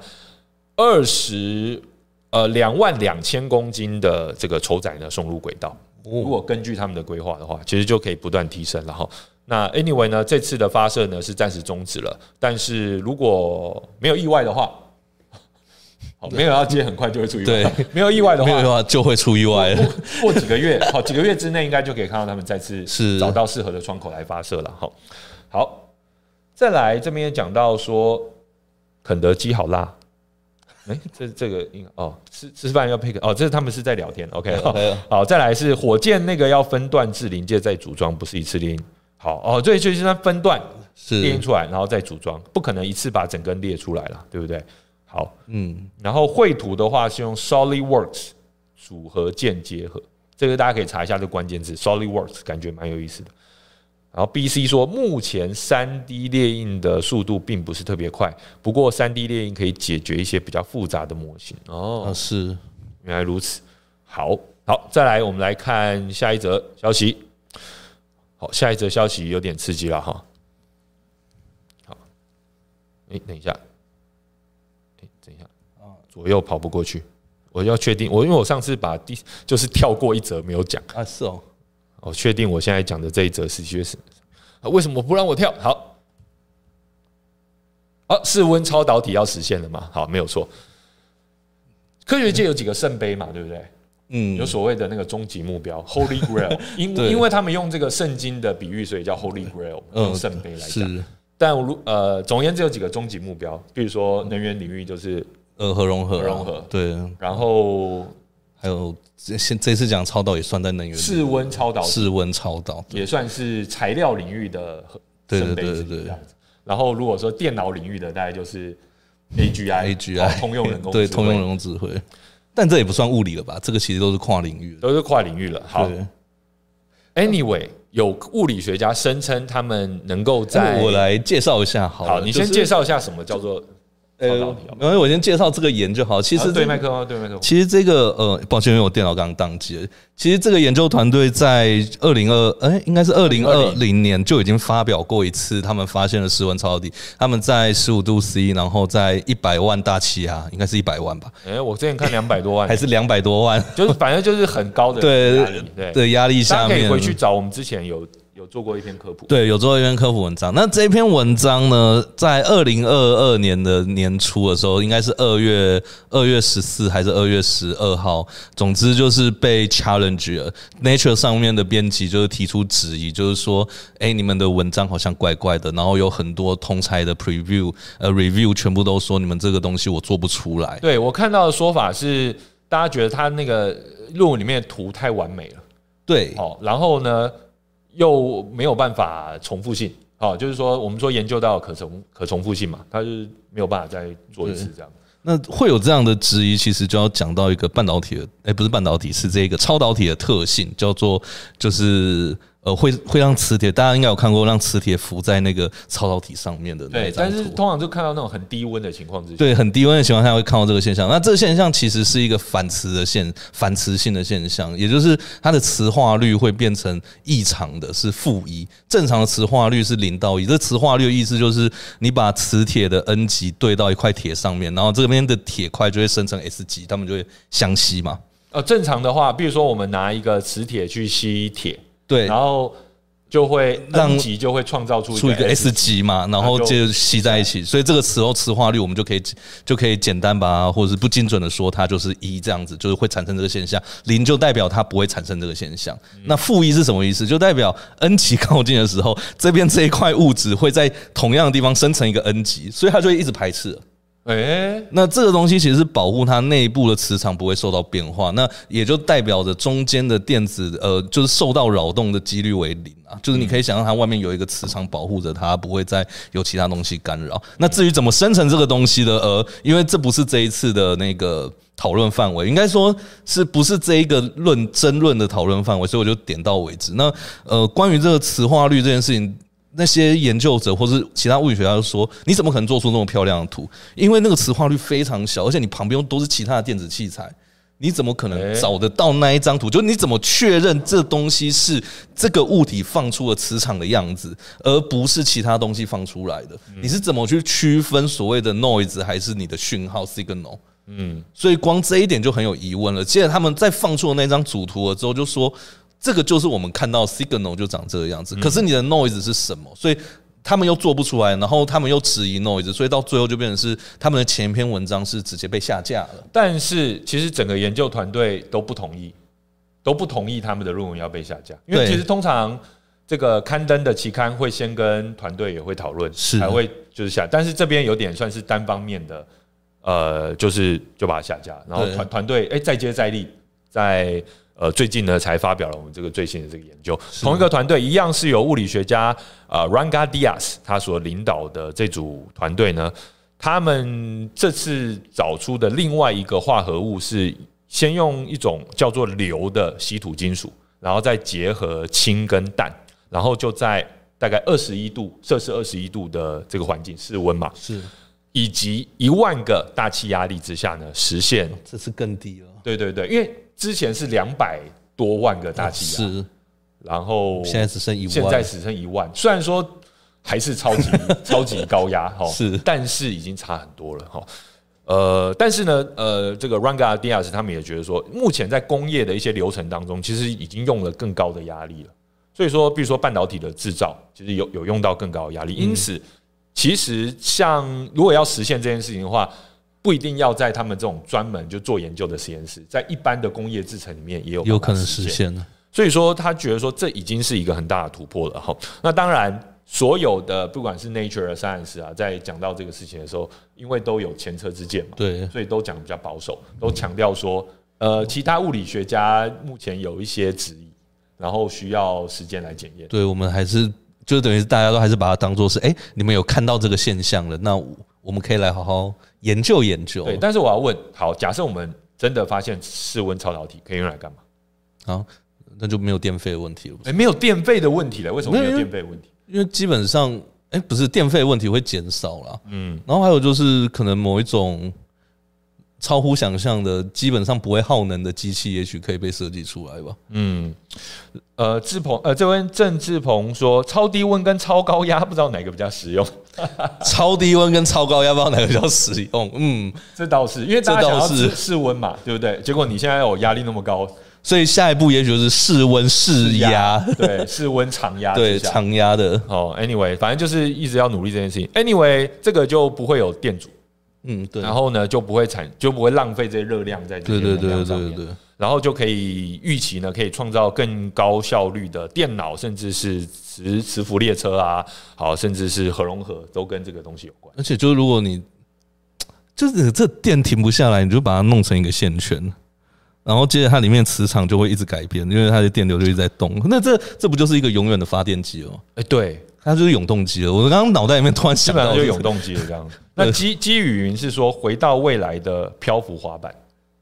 [SPEAKER 1] 22000公斤的这个筹载呢送入轨道。如果根据他们的规划的话，其实就可以不断提升了哈。那 anyway 呢，这次的发射呢是暂时终止了，但是如果没有意外的话，没有要接很快就会出意外，对，没有意外的话
[SPEAKER 2] 就会出意外了。
[SPEAKER 1] 过几个月，好，几个月之内应该就可以看到他们再次找到适合的窗口来发射了。好，再来这边也讲到说，肯德基好辣。这个吃饭要配这是他们是在聊天 ，OK， 好，再来是火箭那个要分段至临界再组装，不是一次列印。好对，就是它分段列印出来，然后再组装，不可能一次把整根列出来了，对不对？好，然后绘图的话是用 SolidWorks 组合键结合，这个大家可以查一下这个关键字 SolidWorks， 感觉蛮有意思的。然后 BC 说，目前 3D 列印的速度并不是特别快，不过 3D 列印可以解决一些比较复杂的模型。
[SPEAKER 2] 是，
[SPEAKER 1] 原来如此。好，再来我们来看下一则消息。好，下一则消息有点刺激了哈。好，等一下，左右跑不过去，我要确定，因为我上次就是跳过一则没有讲
[SPEAKER 2] 啊，是哦。
[SPEAKER 1] 我确定我现在讲的这一则是确实，为什么不让我跳？好，室温超导体要实现了嘛？好，没有错。科学界有几个圣杯嘛，对不对？有所谓的那个终极目标 Holy Grail， 因为他们用这个圣经的比喻，所以叫 Holy Grail， 用圣杯来讲。但总而言之有几个终极目标，比如说能源领域就是
[SPEAKER 2] 核融合，对，
[SPEAKER 1] 然后
[SPEAKER 2] 还有这次讲超导也算在能源
[SPEAKER 1] 室温超
[SPEAKER 2] 导
[SPEAKER 1] 也算是材料领域的圣杯之一这样子。然后如果说电脑领域的，大概就是 AGI 通用人工
[SPEAKER 2] 对通用人工智慧，但这也不算物理了吧？这个其实都是跨领域
[SPEAKER 1] 了。好 ，Anyway， 有物理学家声称他们能够在，
[SPEAKER 2] 我来介绍一下好了。
[SPEAKER 1] 好，你先介绍一下什么叫做。
[SPEAKER 2] 我先介绍这个研究好。其实
[SPEAKER 1] 对麦克风。
[SPEAKER 2] 其实这个抱歉，因为我电脑刚宕机了。其实这个研究团队在应该是2020年就已经发表过一次，他们发现了室温超导体。他们在15度 C， 然后在100万大气压，应该是100万吧？
[SPEAKER 1] 我之前看200多万，
[SPEAKER 2] 还是200多万，
[SPEAKER 1] 就是反正就是很高的压力
[SPEAKER 2] 的压力下面，
[SPEAKER 1] 大家可以回去找我们之前有做过一篇科普，
[SPEAKER 2] 对，有做过一篇科普文章。那这篇文章呢，在2022年的年初的时候，应该是2月14还是2月12号，总之就是被 challenge 了。Nature 上面的编辑就是提出质疑，就是说，你们的文章好像怪怪的，然后有很多同侪的 review 全部都说你们这个东西我做不出来。
[SPEAKER 1] 对，我看到的说法是，大家觉得他那个论文里面的图太完美了，
[SPEAKER 2] 对，
[SPEAKER 1] 然后呢？又没有办法重复性，就是说我们说研究到可重复性嘛，它就是没有办法再做一次这样。
[SPEAKER 2] 那会有这样的质疑，其实就要讲到一个半导体的，不是半导体，是这个超导体的特性，叫做就是会让磁铁，大家应该有看过让磁铁浮在那个超导体上面的那一张图。
[SPEAKER 1] 对，但是通常就看到那种很低温的情况之下，
[SPEAKER 2] 对，很低温的情况下会看到这个现象。那这个现象其实是一个反磁性的现象，也就是它的磁化率会变成异常的是-1，正常的磁化率是0到1。这磁化率的意思就是你把磁铁的 N 极对到一块铁上面，然后这边的铁块就会生成 S 极，它们就会相吸嘛。
[SPEAKER 1] 正常的话，比如说我们拿一个磁铁去吸铁。对，然后就会让 N 极就会创造出一个
[SPEAKER 2] S 极嘛，然后就吸在一起，所以这个时候磁化率我们就可以简单把它，或者是不精准的说它就是1这样子，就是会产生这个现象。0就代表它不会产生这个现象。那-1是什么意思？就代表 N 极靠近的时候，这边这一块物质会在同样的地方生成一个 N 极，所以它就会一直排斥。那这个东西其实是保护它内部的磁场不会受到变化，那也就代表着中间的电子就是受到扰动的几率为0啊，就是你可以想象它外面有一个磁场保护着它，不会再有其他东西干扰。那至于怎么生成这个东西的，因为这不是这一次的那个讨论范围，应该说是不是这一个争论的讨论范围，所以我就点到为止。那关于这个磁化率这件事情，那些研究者或是其他物理学家就说，你怎么可能做出那么漂亮的图？因为那个磁化率非常小，而且你旁边都是其他的电子器材，你怎么可能找得到那一张图？就你怎么确认这东西是这个物体放出的磁场的样子，而不是其他东西放出来的？你是怎么去区分所谓的 noise 还是你的讯号 signal？所以光这一点就很有疑问了。接着他们在放出的那张主图了之后，就说这个就是我们看到 signal 就长这个样子，可是你的 noise 是什么？所以他们又做不出来，然后他们又质疑 noise， 所以到最后就变成是他们的前一篇文章是直接被下架了。
[SPEAKER 1] 但是其实整个研究团队都不同意他们的论文要被下架，因为其实通常这个刊登的期刊会先跟团队也会讨论，才会就是下，但是这边有点算是单方面的，就把它下架，然后团队再接再厉，在最近呢才发表了我们这个最新的这个研究。同一个团队一样是由物理学家Ranga Dias 他所领导的这组团队呢，他们这次找出的另外一个化合物是先用一种叫做硫的稀土金属，然后再结合氢跟氮，然后就在大概摄氏21度的这个环境室温嘛，
[SPEAKER 2] 是
[SPEAKER 1] 以及1万个大气压力之下呢实现，
[SPEAKER 2] 这是更低了。对，
[SPEAKER 1] 因为之前是200多万个大气压，是，然后
[SPEAKER 2] 现在只剩1万，
[SPEAKER 1] 现在只剩1万。虽然说还是超级高压，是，但是已经差很多了。但是呢，这个 Ranga Dias 他们也觉得说，目前在工业的一些流程当中，其实已经用了更高的压力了。所以说，比如说半导体的制造，其实有用到更高的压力。因此，其实像如果要实现这件事情的话，不一定要在他们这种专门就做研究的实验室，在一般的工业制程里面也有
[SPEAKER 2] 可能实现了。
[SPEAKER 1] 所以说，他觉得说这已经是一个很大的突破了。那当然，所有的不管是 Nature Science 啊，在讲到这个事情的时候，因为都有前车之鉴嘛，对，所以都讲比较保守，都强调说，其他物理学家目前有一些质疑，然后需要时间来检验。
[SPEAKER 2] 对，我们还是就等于是大家都还是把它当作是，你们有看到这个现象了，那我们可以来好好研究研究。
[SPEAKER 1] 对，但是我要问，好，假设我们真的发现室温超导体可以用来干嘛？
[SPEAKER 2] 好，那就没有电费的问题了。
[SPEAKER 1] 没有电费的问题了，为什么没有电费的问题？
[SPEAKER 2] 因为基本上，不是电费问题会减少啦。然后还有就是可能某一种超乎想象的，基本上不会耗能的机器，也许可以被设计出来吧。
[SPEAKER 1] 这位郑志鹏说，超低温跟超高压不知道哪个比较实用。
[SPEAKER 2] 超低温跟超高压不知道哪个比较实用？
[SPEAKER 1] 这倒是，因为大家想要室温嘛，对不对？结果你现在有压力那么高。
[SPEAKER 2] 所以下一步也许就是室温室压，
[SPEAKER 1] 对，室温长压，
[SPEAKER 2] 对，长压的。
[SPEAKER 1] anyway， 反正就是一直要努力这件事情。anyway， 这个就不会有电阻，对。然后呢，就不会浪费这些热量在这些能量上面，对。然后就可以预期呢，可以创造更高效率的电脑，甚至是磁浮列车啊，甚至是核融合，都跟这个东西有关。
[SPEAKER 2] 而且就是如果你就是这电停不下来，你就把它弄成一个线圈。然后接着它里面磁场就会一直改变，因为它的电流就一直在动。那这不就是一个永远的发电机了吗？
[SPEAKER 1] 对，
[SPEAKER 2] 它就是永动机了。我刚刚脑袋里面突然想到，
[SPEAKER 1] 基本上就永动机了这样。那基于云是说回到未来的漂浮滑板，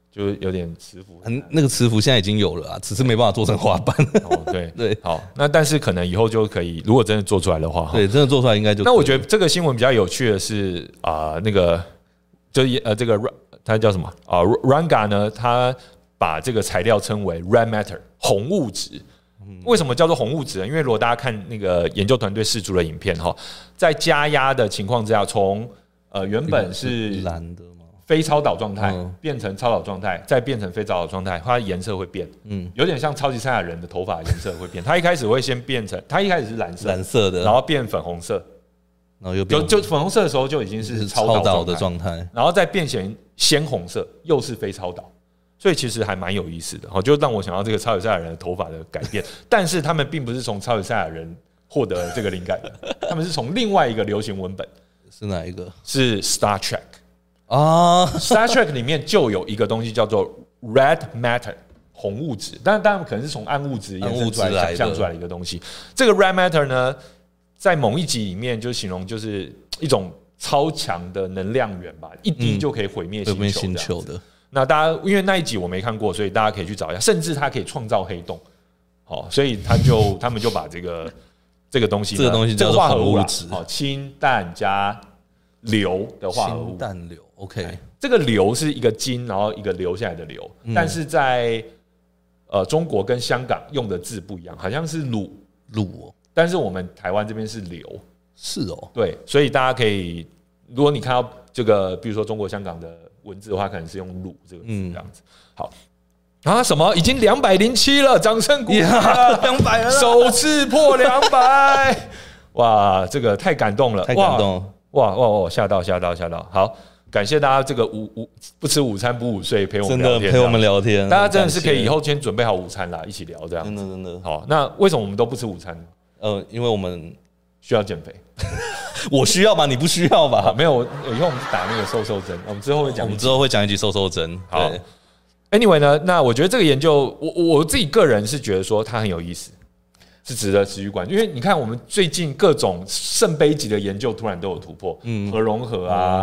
[SPEAKER 1] 就有点磁浮。
[SPEAKER 2] 那个磁浮现在已经有了啊，只是没办法做成滑板。
[SPEAKER 1] 对
[SPEAKER 2] 对，
[SPEAKER 1] 好，那但是可能以后就可以，如果真的做出来的话，
[SPEAKER 2] 对，真的做出来应该就。
[SPEAKER 1] 那我觉得这个新闻比较有趣的是那个这个它叫什么Ranga 呢？它把这个材料称为 red matter 红物质。为什么叫做红物质呢？因为如果大家看那个研究团队释出的影片在加压的情况之下，从原本是
[SPEAKER 2] 蓝的吗？
[SPEAKER 1] 非超导状态变成超导状态，再变成非超导状态，它的颜色会变，有点像超级赛亚人的头发颜色会变。它一开始会先变成，它一开始是蓝色的，然后变粉红色，
[SPEAKER 2] 然后又
[SPEAKER 1] 就粉红色的时候就已经是超导的状态，然后再变成鲜红色，又是非超导。所以其实还蛮有意思的，就让我想到这个超级赛亚人的头发的改变。但是他们并不是从超级赛亚人获得这个灵感的，他们是从另外一个流行文本。
[SPEAKER 2] 是哪一个？
[SPEAKER 1] 是 Star Trek 啊，Star Trek 里面就有一个东西叫做 Red Matter 红物质，当然可能是从暗物质衍生出来想象出来的一个东西。这个 Red Matter 呢，在某一集里面就形容就是一种超强的能量源吧，一滴就可以毁灭星球的。那大家因为那一集我没看过，所以大家可以去找一下，甚至它可以创造黑洞，所以他们就把这个东西，这个化合物质，氢氮加硫的化合物，
[SPEAKER 2] 氢氮硫 ，OK，
[SPEAKER 1] 这个硫是一个金，然后一个留下来的硫，但是在中国跟香港用的字不一样，好像是卤，但是我们台湾这边是硫，
[SPEAKER 2] 是哦，
[SPEAKER 1] 对，所以大家可以，如果你看到这个，比如说中国香港的文字的话，可能是用“卤”这个字这样子。好什么已经207了，掌声鼓励
[SPEAKER 2] ，200了，
[SPEAKER 1] 首次破200，哇，这个太感动了，
[SPEAKER 2] 太感动了，
[SPEAKER 1] 哇，吓到！好，感谢大家这个不吃午餐不午睡陪我们聊天，
[SPEAKER 2] 真的陪我们聊天，
[SPEAKER 1] 大家真的是可以以后先准备好午餐啦，一起聊这样，
[SPEAKER 2] 真的。
[SPEAKER 1] 好，那为什么我们都不吃午餐？
[SPEAKER 2] 因为我们
[SPEAKER 1] 需要减肥。
[SPEAKER 2] 我需要吧？你不需要吧？
[SPEAKER 1] 没有，以后我们打那个瘦针，我们之后会讲
[SPEAKER 2] 一集瘦针。
[SPEAKER 1] 好 ，Anyway 呢，那我觉得这个研究，我自己个人是觉得说它很有意思，是值得持续关注。因为你看，我们最近各种圣杯级的研究突然都有突破，核融合啊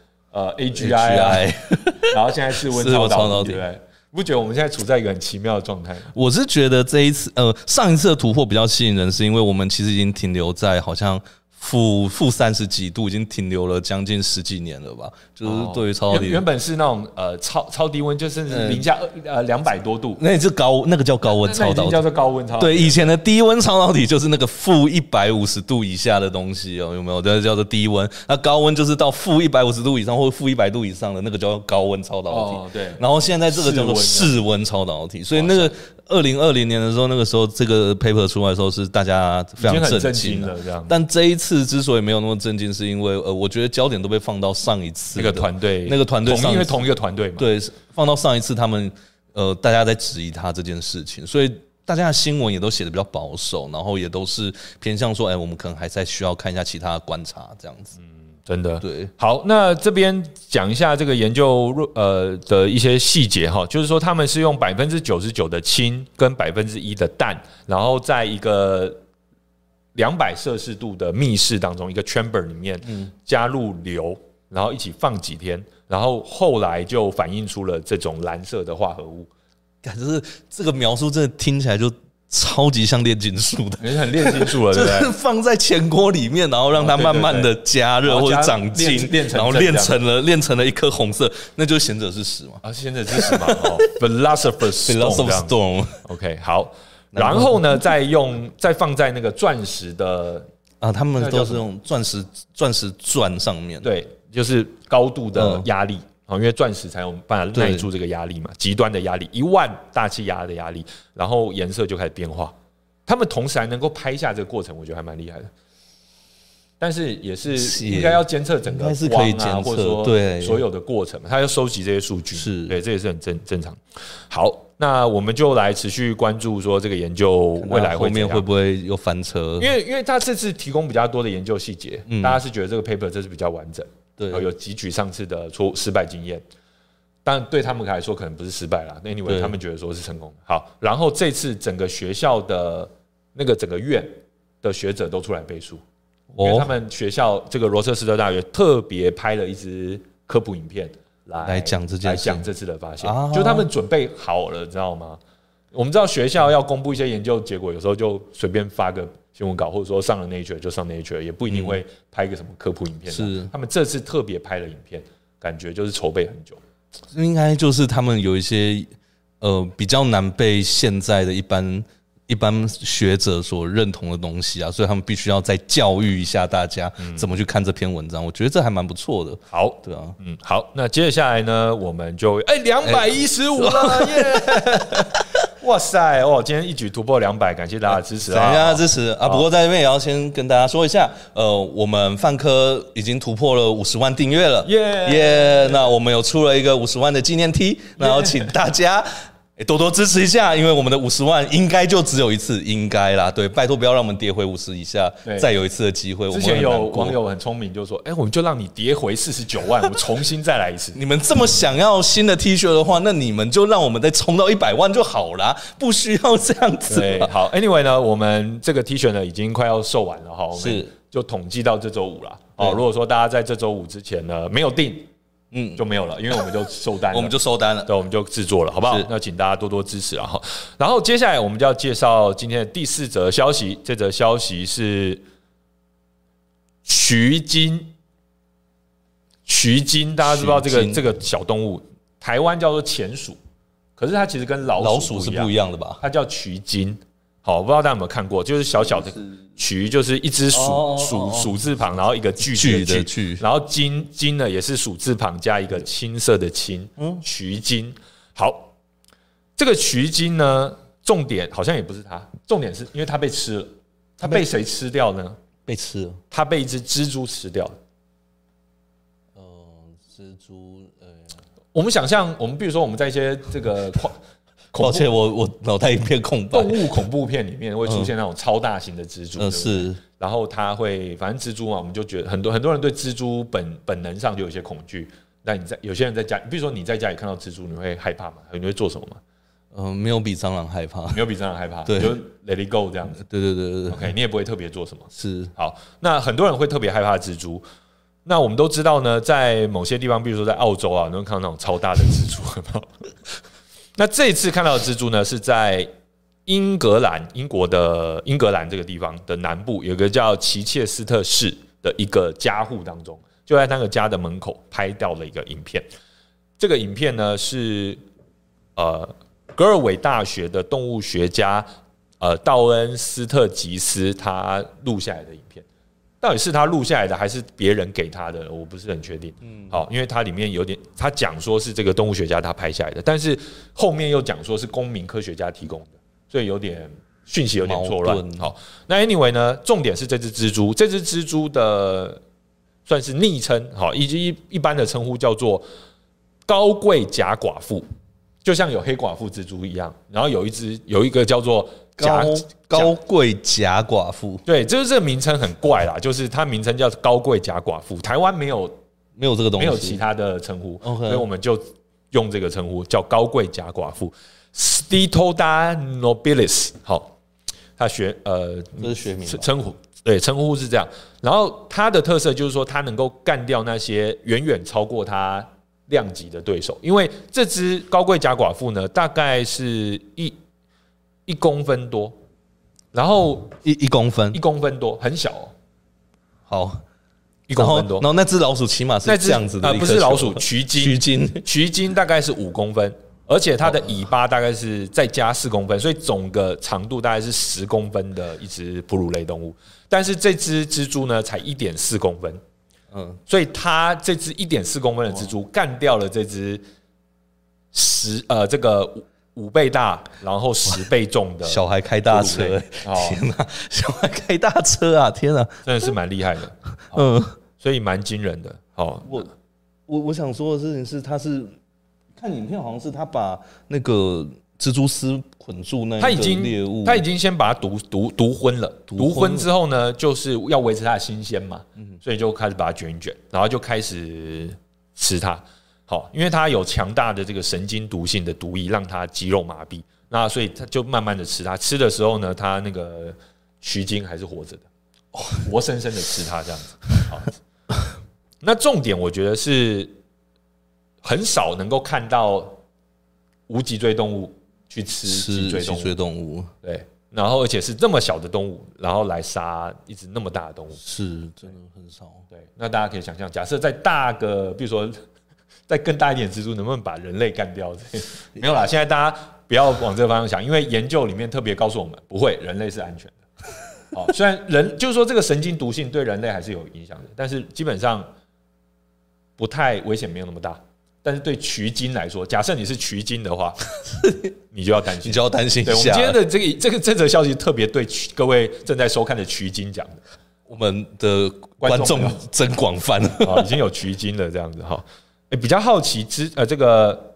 [SPEAKER 1] ，AGI 啊，然后现在是温超导体，对不对？你不觉得我们现在处在一个很奇妙的状态吗？
[SPEAKER 2] 我是觉得这一次，上一次的突破比较吸引人，是因为我们其实已经停留在好像负30几度，已经停留了将近10几年了吧？就是对于超导体，
[SPEAKER 1] 原本是那种超低温，就甚至零下200多度，
[SPEAKER 2] 那是那个叫高温超导体，
[SPEAKER 1] 叫做高温超导体。
[SPEAKER 2] 对，以前的低温超导体就是那个负150度以下的东西有没有？这叫做低温。那高温就是到负150度以上或负100度以上的那个叫高温超导体。
[SPEAKER 1] 对。
[SPEAKER 2] 然后现在这个叫做室温超导体，所以那个2020年的时候，那个时候这个 paper 出来的时候是大家非常震惊的这样。但这一次之所以没有那么震惊，是因为我觉得焦点都被放到上一次
[SPEAKER 1] 那个团队因为同一个团队嘛，
[SPEAKER 2] 对，放到上一次他们大家在质疑他这件事情，所以大家的新闻也都写的比较保守，然后也都是偏向说，我们可能还在需要看一下其他的观察这样子。
[SPEAKER 1] 真的
[SPEAKER 2] 对。
[SPEAKER 1] 好，那这边讲一下这个研究的一些细节哈，就是说他们是用99%的氢跟1%的氮，然后在一个200摄氏度的密室当中，一个 chamber 里面加入硫，然后一起放几天，然后后来就反映出了这种蓝色的化合物。
[SPEAKER 2] 就是这个描述真的听起来就超级像炼金术的，
[SPEAKER 1] 很炼金术了，对不对？
[SPEAKER 2] 就是放在钱锅里面，然后让它慢慢的加热或者长金，然后炼成了一颗红色，那就是贤者之石嘛。
[SPEAKER 1] 贤者之石嘛，Philosopher's Stone。OK， 好。然后呢，再放在那个钻石的
[SPEAKER 2] 他们都是用钻石钻上面，
[SPEAKER 1] 对，就是高度的压力。因为钻石才有办法耐住这个压力嘛，极端的压力，10000大气压的压力，然后颜色就开始变化。他们同时还能够拍下这个过程，我觉得还蛮厉害的。但是也是应该要监测整个光啊，或者说所有的过程，他要收集这些数据，
[SPEAKER 2] 是
[SPEAKER 1] 对，这也是很正常。好，那我们就来持续关注说这个研究未来
[SPEAKER 2] 后面会不会又翻车？
[SPEAKER 1] 因为他这次提供比较多的研究细节，大家是觉得这个 paper 这是比较完整。对，有汲取上次的失败经验，但对他们来说可能不是失败啦。Anyway， 他们觉得说是成功的。好，然后这次整个学校的那个整个院的学者都出来背书，因为他们学校这个罗彻斯特大学特别拍了一支科普影片， 来
[SPEAKER 2] 讲这件事，
[SPEAKER 1] 来讲这次的发现，就他们准备好了，知道吗？我们知道学校要公布一些研究结果，有时候就随便发个新闻稿，或者说上了 Nature 就上 Nature， 也不一定会拍个什么科普影片。是他们这次特别拍了影片，感觉就是筹备很久。
[SPEAKER 2] 应该就是他们有一些比较难被现在的一般学者所认同的东西啊，所以他们必须要再教育一下大家怎么去看这篇文章。我觉得这还蛮不错的。
[SPEAKER 1] 好，
[SPEAKER 2] 对啊，
[SPEAKER 1] 好，那接下来呢，我们就215了耶！哇塞哦，今天一举突破200，感谢大家的支持啊！
[SPEAKER 2] 感谢大家的支持啊！不过在这边也要先跟大家说一下，我们泛科已经突破了50万订阅了，耶！那我们有出了一个50万的纪念 T， 然后请大家多多支持一下，因为我们的50万应该就只有一次，应该啦，对，拜托不要让我们跌回50以下，再有一次的机会。
[SPEAKER 1] 之前有网友很聪明，就说：“我们就让你跌回49万，我们重新再来一次。”
[SPEAKER 2] 你们这么想要新的 T 恤的话，那你们就让我们再冲到100万就好啦，不需要这样子。
[SPEAKER 1] 对，好 ，Anyway 呢，我们这个 T 恤呢已经快要售完了哈，我们就统计到这周5了。哦，如果说大家在这周5之前呢没有订。就没有了，因为我们就收单了，
[SPEAKER 2] 我们就收单了，
[SPEAKER 1] 对，我们就制作了，好不好？那请大家多多支持啊！然后接下来我们就要介绍今天的第4则消息，这则消息是渠金，大家知道这个小动物，台湾叫做钱鼠，可是它其实跟老鼠
[SPEAKER 2] 是不一样的吧？
[SPEAKER 1] 它叫渠金。好，我不知道大家有没有看过，就是小小的渠，就是一只鼠字旁，然后一个巨的巨，然后金呢也是鼠字旁加一个青色的青，渠金。好，这个渠金呢，重点好像也不是它，重点是因为它被吃了，它被谁吃掉呢？
[SPEAKER 2] 被吃了，
[SPEAKER 1] 它被一只蜘蛛吃掉了。
[SPEAKER 2] 蜘蛛，
[SPEAKER 1] 我们想象，我们比如说我们在一些这个
[SPEAKER 2] 抱歉，我脑袋一片空白。
[SPEAKER 1] 动物恐怖片里面会出现那种超大型的蜘蛛，是。然后它会，反正蜘蛛嘛，我们就觉得很多人对蜘蛛本能上就有一些恐惧。那有些人在家，比如说你在家里看到蜘蛛，你会害怕吗？你会做什么吗？
[SPEAKER 2] 没有比蟑螂害怕，
[SPEAKER 1] 没有比蟑螂害怕，
[SPEAKER 2] 对，
[SPEAKER 1] 就 let it go 这样子。
[SPEAKER 2] 对。
[SPEAKER 1] OK， 你也不会特别做什么。
[SPEAKER 2] 是。
[SPEAKER 1] 好，那很多人会特别害怕蜘蛛。那我们都知道呢，在某些地方，比如说在澳洲啊，能看到那种超大的蜘蛛，有没有？那这一次看到的蜘蛛呢，是在英国的英格兰这个地方的南部，有一个叫奇切斯特市的一个家户当中，就在那个家的门口拍到了一个影片。这个影片呢是格尔韦大学的动物学家道恩斯特吉斯他录下来的影片。到底是他录下来的还是别人给他的，我不是很确定。好，因为它里面有点，他讲说是这个动物学家他拍下来的，但是后面又讲说是公民科学家提供的，所以有点讯息有点错乱。好，那 anyway 呢，重点是这只蜘蛛的算是昵称，好，以及一般的称呼叫做高贵假寡妇，就像有黑寡妇蜘蛛一样，然后有一个叫做
[SPEAKER 2] 高贵假寡妇，
[SPEAKER 1] 对，就是这个名称很怪啦，就是它名称叫高贵假寡妇，台湾没有
[SPEAKER 2] 这个东西，
[SPEAKER 1] 没有其他的称呼，所以我们就用这个称呼叫高贵假寡妇 Steatoda nobilis。好，它这
[SPEAKER 2] 是学名
[SPEAKER 1] 称呼，对，称呼是这样。然后它的特色就是说，它能够干掉那些远远超过它量级的对手，因为这只高贵假寡妇呢，大概是1公分多，然后
[SPEAKER 2] 1公分
[SPEAKER 1] 多，很小哦。
[SPEAKER 2] 好
[SPEAKER 1] ，1公分多。
[SPEAKER 2] 然后那只老鼠起码是这样子的，
[SPEAKER 1] 不是老鼠，渠金大概是5公分，而且它的尾巴大概是再加4公分，所以总个长度大概是10公分的一只哺乳类动物。但是这只蜘蛛呢，才1.4公分。所以它这只1.4公分的蜘蛛干掉了这只这个5倍大，然后10倍重的
[SPEAKER 2] 小孩开大车，天哪！小孩开大车啊，天哪！
[SPEAKER 1] 真的是蛮厉害的，所以蛮惊人的。好，
[SPEAKER 2] 我想说的事情是，他是看影片，好像是他把那个蜘蛛丝捆住那个猎物，
[SPEAKER 1] 他已经先把它毒昏了。毒昏之后呢，就是要维持它的新鲜嘛，所以就开始把它卷一卷，然后就开始吃它。好，因为它有强大的这个神经毒性的毒液，让它肌肉麻痹。那所以它就慢慢的吃它。吃的时候呢，它那个须鲸还是活着的，活生生的吃它这样子。好，那重点我觉得是很少能够看到无脊椎动物去吃脊椎动物，对，然后而且是这么小的动物，然后来杀一只那么大的动物，
[SPEAKER 2] 是真的很少。
[SPEAKER 1] 对，那大家可以想象，假设再大个，比如说再更大一点的蜘蛛，能不能把人类干掉？没有啦，现在大家不要往这个方向想，因为研究里面特别告诉我们，不会，人类是安全的。好，虽然人就是说这个神经毒性对人类还是有影响的，但是基本上不太危险，没有那么大。但是对渠鲸来说，假设你是渠鲸的话，你就要担心，
[SPEAKER 2] 你就要担心一下。
[SPEAKER 1] 对，我们今天的这则消息特别对各位正在收看的渠鲸讲的，
[SPEAKER 2] 我们的观众真广泛
[SPEAKER 1] 已经有渠鲸了这样子哈。比较好奇这个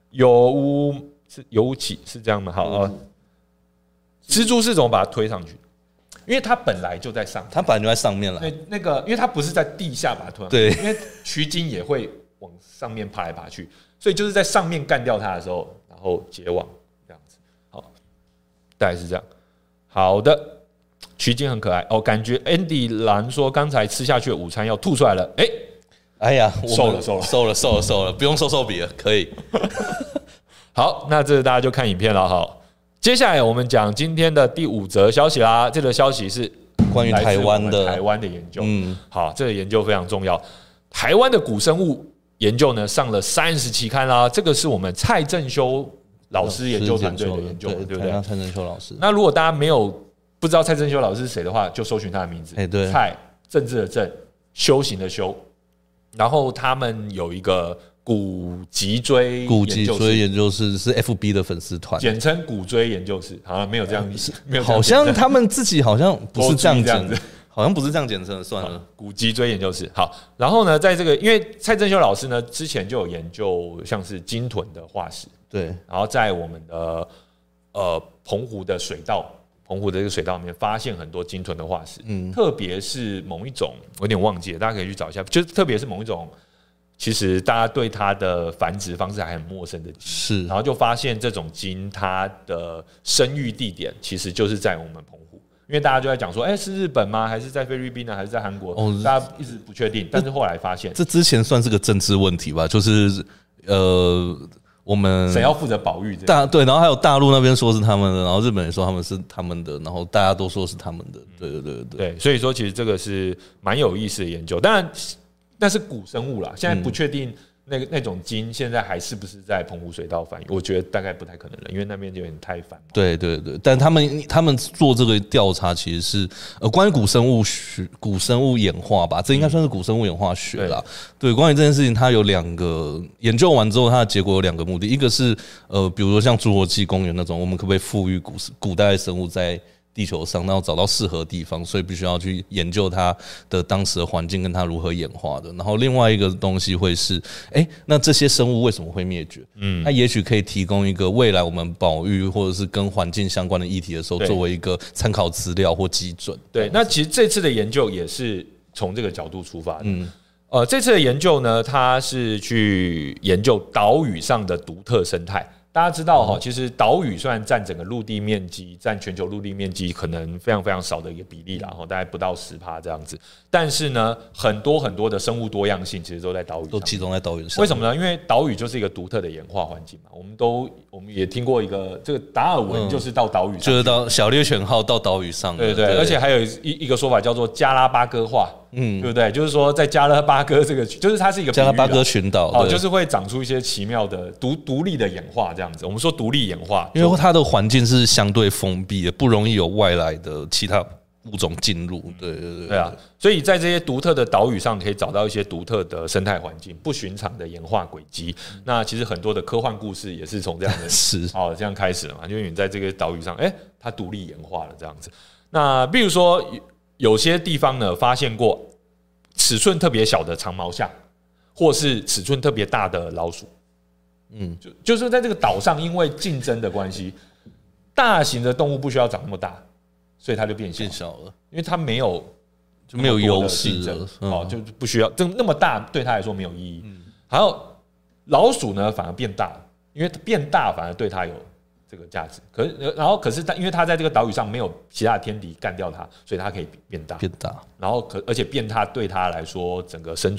[SPEAKER 1] 有起是这样吗？好蜘蛛是怎么把它推上去？因为它本来就在上，
[SPEAKER 2] 它本来就在上面了。
[SPEAKER 1] 那个，因为它不是在地下把它推上去，对，因为渠鲸也会往上面爬来爬去，所以就是在上面干掉它的时候，然后结网这样子。好，大概是这样。好的，渠鲸很可爱哦，感觉 Andy 兰说刚才吃下去的午餐要吐出来了，
[SPEAKER 2] 哎呀，
[SPEAKER 1] 瘦了，
[SPEAKER 2] 不用瘦笔了，可以。
[SPEAKER 1] 好，那这大家就看影片了哈。接下来我们讲今天的第5则消息啦。这个消息是
[SPEAKER 2] 关于台湾
[SPEAKER 1] 的研究。好，这个研究非常重要。台湾的古生物研究呢上了30期刊啦。这个是我们蔡正修老师研究团队的研究，对不对？
[SPEAKER 2] 蔡正修老师。
[SPEAKER 1] 那如果大家不知道蔡正修老师是谁的话，就搜寻他的名字。
[SPEAKER 2] 对，
[SPEAKER 1] 蔡政治的政，修行的修。然后他们有一个古脊椎
[SPEAKER 2] 研究室是 FB 的粉丝团，
[SPEAKER 1] 简称骨椎研究室。好像没有这样，没有。
[SPEAKER 2] 好像他们自己好像不是这样简称，好像不是这样简称，算了。
[SPEAKER 1] 古脊椎研究室。好，然后呢，在这个因为蔡正修老师呢之前就有研究像是鲸豚的化石，
[SPEAKER 2] 对，
[SPEAKER 1] 然后在我们的澎湖的水道。澎湖的这个水道里面发现很多鲸豚的化石，特别是某一种，我有点忘记了，大家可以去找一下。就是特别是某一种，其实大家对它的繁殖方式还很陌生的鲸，
[SPEAKER 2] 是，
[SPEAKER 1] 然后就发现这种鲸它的生育地点其实就是在我们澎湖，因为大家就在讲说，是日本吗？还是在菲律宾呢？还是在韩国？大家一直不确定，但是后来发现，
[SPEAKER 2] 这之前算是个政治问题吧，就是我们
[SPEAKER 1] 谁要负责保育？
[SPEAKER 2] 对，然后还有大陆那边说是他们的，然后日本也说他们是他们的，然后大家都说是他们的。对，
[SPEAKER 1] 所以说其实这个是蛮有意思的研究。当然，那是古生物啦，现在不确定那种鲸现在还是不是在澎湖水道繁育？我觉得大概不太可能了，因为那边有点太繁。
[SPEAKER 2] 对，但他们做这个调查其实是关于古生物演化吧，这应该算是古生物演化学啦。对，关于这件事情，它有2个研究完之后，它的结果有2个目的，一个是比如说像侏罗纪公园那种，我们可不可以赋予古代的生物在地球上，然后找到适合的地方，所以必须要去研究它的当时的环境跟它如何演化的。然后另外一个东西会是，那这些生物为什么会灭绝？它也许可以提供一个未来我们保育或者是跟环境相关的议题的时候，作为一个参考资料或基准。
[SPEAKER 1] 对，那其实这次的研究也是从这个角度出发的。这次的研究呢，它是去研究岛屿上的独特生态。大家知道其实岛屿虽然占整个陆地面积，占全球陆地面积可能非常非常少的一个比例啦，大概不到10%这样子。但是呢，很多很多的生物多样性其实都在岛屿上，
[SPEAKER 2] 都集中在岛屿上。
[SPEAKER 1] 为什么呢？因为岛屿就是一个独特的演化环境嘛。我们也听过一个这个达尔文就是到岛屿上，
[SPEAKER 2] 就是到小猎犬号到岛屿上。
[SPEAKER 1] 对，而且还有一个说法叫做加拉巴哥化。对不对？就是说，在加拉巴哥这个，就是它是一个
[SPEAKER 2] 加拉巴哥群岛，
[SPEAKER 1] 就是会长出一些奇妙的独立的演化这样子。我们说独立演化，
[SPEAKER 2] 因为它的环境是相对封闭的，不容易有外来的其他物种进入。对
[SPEAKER 1] 啊，所以在这些独特的岛屿上，可以找到一些独特的生态环境、不寻常的演化轨迹。那其实很多的科幻故事也是从这样的这样开始的嘛，因为你在这个岛屿上，它独立演化了这样子。那比如说。有些地方呢发现过尺寸特别小的长毛象，或是尺寸特别大的老鼠。就是在这个岛上，因为竞争的关系，大型的动物不需要长那么大，所以它就变小了，因为它没有
[SPEAKER 2] 优势
[SPEAKER 1] 了，就不需要那么大，对它来说没有意义。还有老鼠呢，反而变大，因为变大反而对它有这个价值，可是它因为它在这个岛屿上没有其他的天敌干掉它，所以它可以变大。然后而且变大对它来说整个生存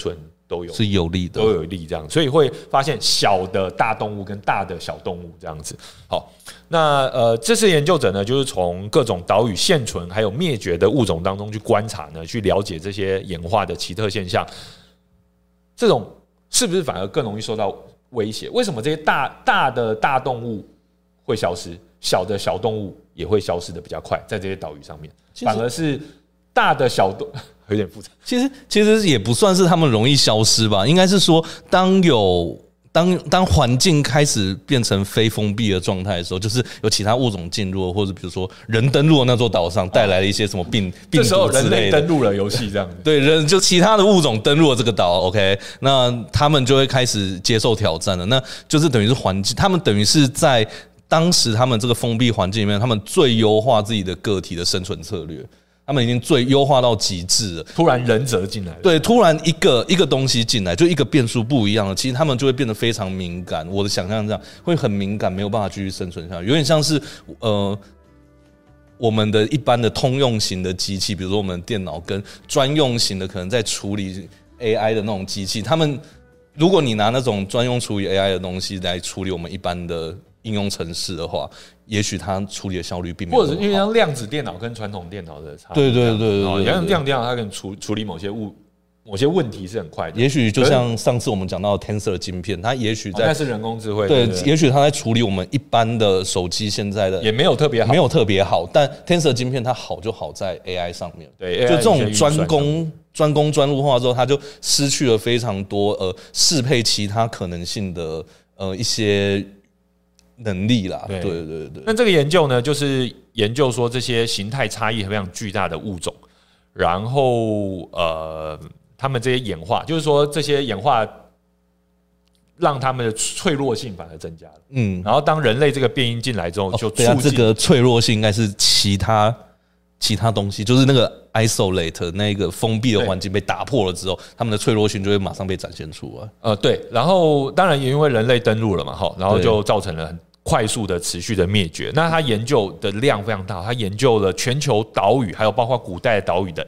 [SPEAKER 1] 都有
[SPEAKER 2] 是有利的，
[SPEAKER 1] 都有利这样，所以会发现小的大动物跟大的小动物这样子。好，那这次研究者呢，就是从各种岛屿现存还有灭绝的物种当中去观察呢，去了解这些演化的奇特现象，这种是不是反而更容易受到威胁？为什么这些大的大动物会消失，小的小动物也会消失的比较快，在这些岛屿上面，反而是大的小动有点复杂。
[SPEAKER 2] 其实也不算是他们容易消失吧，应该是说当环境开始变成非封闭的状态的时候，就是有其他物种进入，或者比如说人登陆了那座岛上，带来了一些什么病毒之类的。
[SPEAKER 1] 这时候人类登陆了游戏，这样子。
[SPEAKER 2] 对，就其他的物种登陆了这个岛 ，OK， 那他们就会开始接受挑战了。那就是等于是环境，他们等于是在当时他们这个封闭环境里面，他们最优化自己的个体的生存策略。他们已经最优化到极致了。
[SPEAKER 1] 突然忍者进来了，
[SPEAKER 2] 对，突然一个东西进来，就一个变数不一样了，其实他们就会变得非常敏感。我的想象这样会很敏感，没有办法继续生存下去，有点像是我们的一般的通用型的机器，比如说我们的电脑跟专用型的可能在处理 AI 的那种机器，他们如果你拿那种专用处理 AI 的东西来处理我们一般的应用程式的话，也许它处理的效率并没有，
[SPEAKER 1] 或者是因为像量子电脑跟传统电脑的差
[SPEAKER 2] 别，对，
[SPEAKER 1] 像量子电脑它可能处理某些问题是很快的，
[SPEAKER 2] 也许就像上次我们讲到的 Tensor 晶片，它也许在
[SPEAKER 1] 那是人工智慧，
[SPEAKER 2] 对，也许它在处理我们一般的手机现在的
[SPEAKER 1] 也没有特别
[SPEAKER 2] 好，但 Tensor 晶片它好就好在 AI 上面，
[SPEAKER 1] 对，
[SPEAKER 2] 就这种专攻专入化之后，它就失去了非常多适配其他可能性的一些能力啦，对。
[SPEAKER 1] 那这个研究呢，就是研究说这些形态差异非常巨大的物种，然后他们这些演化，就是说这些演化让他们的脆弱性反而增加了。然后当人类这个变异进来之后，就促进
[SPEAKER 2] 这个脆弱性应该是其他东西，就是那个 isolate 那个封闭的环境被打破了之后，他们的脆弱性就会马上被展现出来。
[SPEAKER 1] 对，然后当然也因为人类登陆了嘛，然后就造成了很快速的持续的灭绝。那他研究的量非常大，他研究了全球岛屿，还有包括古代岛屿的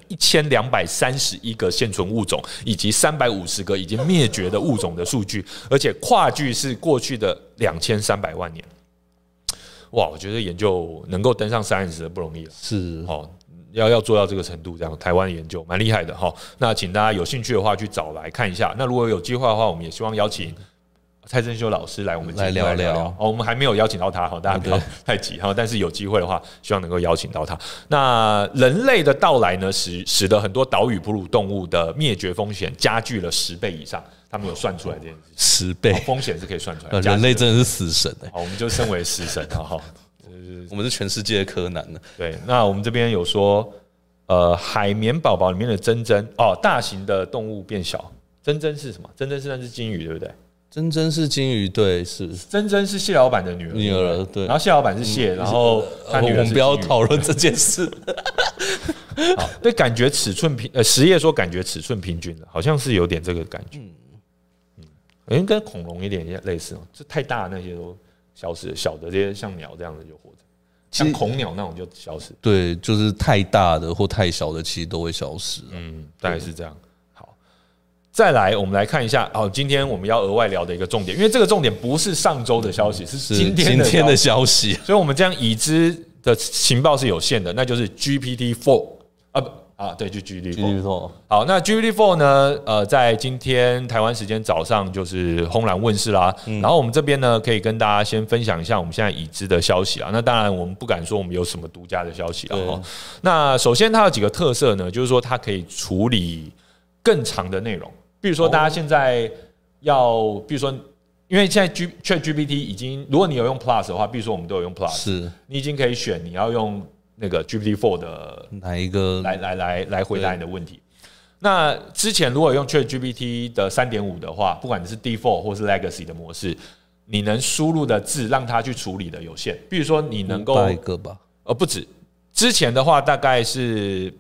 [SPEAKER 1] 1231个现存物种，以及350个已经灭绝的物种的数据，而且跨距是过去的2300万年。哇，我觉得研究能够登上 Science 的不容易了，
[SPEAKER 2] 是
[SPEAKER 1] 要做到这个程度，这样台湾的研究蛮厉害的哈。那请大家有兴趣的话去找来看一下。那如果有机会的话，我们也希望邀请蔡正修老师来我们节目来聊。我们还没有邀请到他，大家不要太急哈。但是有机会的话，希望能够邀请到他。那人类的到来呢，使得很多岛屿哺乳动物的灭绝风险加剧了10倍以上。他们有算出来这件事
[SPEAKER 2] ，10倍
[SPEAKER 1] 风险是可以算出来。
[SPEAKER 2] 人类真的是死神
[SPEAKER 1] 好，我们就身为死神哈。
[SPEAKER 2] 我们是全世界的柯南呢。
[SPEAKER 1] 对，那我们这边有说，海绵宝宝里面的珍珍大型的动物变小。珍珍是什么？珍珍是那只金鱼，对不对？
[SPEAKER 2] 珍珍是金鱼，对，是
[SPEAKER 1] 珍珍是谢老板的女儿，对。然后谢老板是谢，然后他女儿是金鱼。
[SPEAKER 2] 我们不要讨论这件事。
[SPEAKER 1] 好，对，感觉尺寸实业说感觉尺寸平均了，好像是有点这个感觉。跟恐龙有点类似，这太大的那些都消失了，小的这些像鸟这样的就活着，像恐鸟那种就消失。
[SPEAKER 2] 对，就是太大的或太小的，其实都会消失。
[SPEAKER 1] 大概是这样。好，再来我们来看一下，今天我们要额外聊的一个重点，因为这个重点不是上周的消息，是今天的消息，所以我们这样已知的情报是有限的，那就是 GPT-4对，就 GPT-4。好，那 GPT-4 呢？在今天台湾时间早上就是轰然问世啦。然后我们这边呢，可以跟大家先分享一下我们现在已知的消息啦。那当然，我们不敢说我们有什么独家的消息啦。那首先它有几个特色呢？就是说它可以处理更长的内容，比如说大家现在比如说。因为现在 ChatGPT 已经，如果你有用 Plus 的话，比如说我们都有用 Plus， 是你已经可以选你要用那个 GPT-4 的
[SPEAKER 2] 哪一个
[SPEAKER 1] 来回答你的问题。那之前如果用 ChatGPT 的 3.5 的话，不管你是 Default 或是 Legacy 的模式，你能输入的字让它去处理的有限。比如说你能够
[SPEAKER 2] 500个吧，
[SPEAKER 1] 不止。之前的话大概是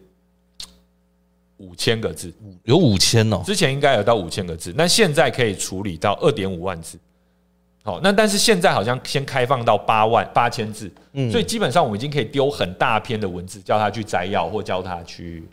[SPEAKER 1] 5000个字，
[SPEAKER 2] 有5000哦。
[SPEAKER 1] 之前应该有到5000个字，那现在可以处理到2.5万字。好，那但是现在好像先开放到8000字，所以基本上我们已经可以丢很大篇的文字，叫他去摘要或叫他去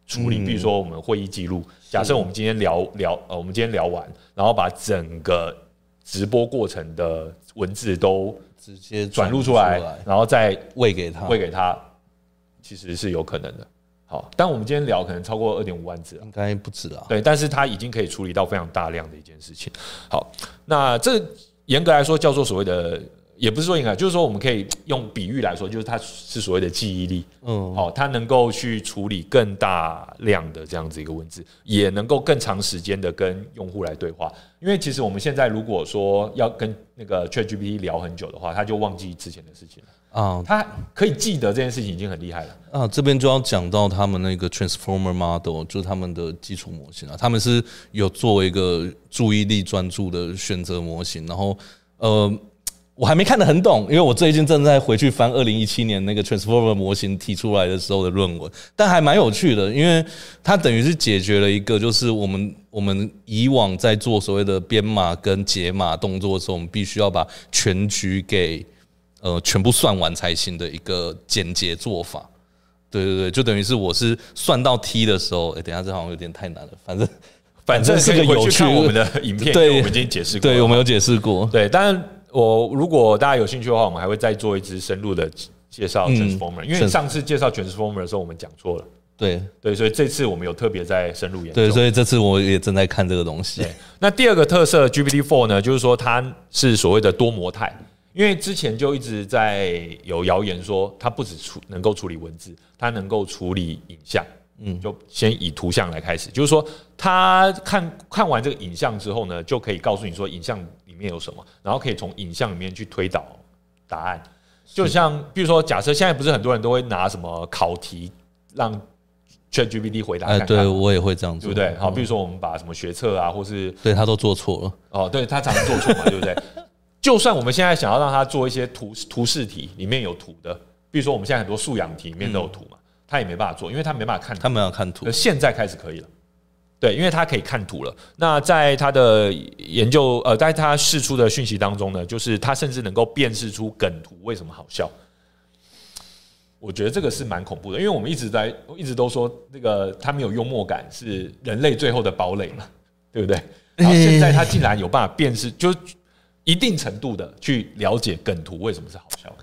[SPEAKER 1] 处理，比如说我们会议记录，假设我们今天我们今天聊完，然后把整个直播过程的文字都
[SPEAKER 2] 直接
[SPEAKER 1] 转录出来，然后再
[SPEAKER 2] 喂给他，
[SPEAKER 1] 其实是有可能的。好，但我们今天聊可能超过2.5万字，
[SPEAKER 2] 应该不止啊。
[SPEAKER 1] 对，但是它已经可以处理到非常大量的一件事情。好，那这严格来说叫做所谓的，也不是说严格，就是说我们可以用比喻来说，就是它是所谓的记忆力。好，它能够去处理更大量的这样子一个文字，也能够更长时间的跟用户来对话。因为其实我们现在如果说要跟那个 ChatGPT 聊很久的话，他就忘记之前的事情了。他可以记得这件事情已经很厉害了。
[SPEAKER 2] 这边就要讲到他们那个 Transformer Model， 就是他们的基础模型啊，他们是有做一个注意力专注的选择模型，然后我还没看得很懂，因为我最近正在回去翻2017年那个 Transformer 模型提出来的时候的论文，但还蛮有趣的，因为它等于是解决了一个就是我们以往在做所谓的编码跟解码动作的时候，我们必须要把全局给全部算完才行的一个简洁做法。对，就等于是我是算到 T 的时候，等一下这好像有点太难了，反正是个有趣。
[SPEAKER 1] 看我们的影片，对，我们已经解释过，
[SPEAKER 2] 对，我们有解释过。
[SPEAKER 1] 对，当然如果大家有兴趣的话，我们还会再做一支深入的介绍 Transformer，因为上次介绍 Transformer 的时候我们讲错了。对，所以这次我们有特别在深入研究。
[SPEAKER 2] 对，所以这次我也正在看这个东西。
[SPEAKER 1] 那第二个特色 GPT-4 呢，就是说它是所谓的多模态。因为之前就一直在有谣言说，它不只能够处理文字，它能够处理影像。就先以图像来开始，就是说，它看完这个影像之后呢，就可以告诉你说影像里面有什么，然后可以从影像里面去推导答案。就像比如说，假设现在不是很多人都会拿什么考题让 ChatGPT 回答看看，
[SPEAKER 2] 对我也会这样做，
[SPEAKER 1] 对不对？好，比如说我们把什么学测啊，或是
[SPEAKER 2] 对他都做错了，
[SPEAKER 1] 对他常常做错嘛，对不对？就算我们现在想要让他做一些图示题，里面有图的，比如说我们现在很多素养题里面都有图嘛，他也没办法做，因为他没办法看图。
[SPEAKER 2] 他没办法看图。
[SPEAKER 1] 现在开始可以了，对，因为他可以看图了。那在他的研究，在他释出的讯息当中呢，就是他甚至能够辨识出梗图为什么好笑。我觉得这个是蛮恐怖的，因为我们一直都说那个他没有幽默感是人类最后的堡垒嘛，对不对？然后现在他竟然有办法辨识，就一定程度的去了解梗图为什么是好笑的。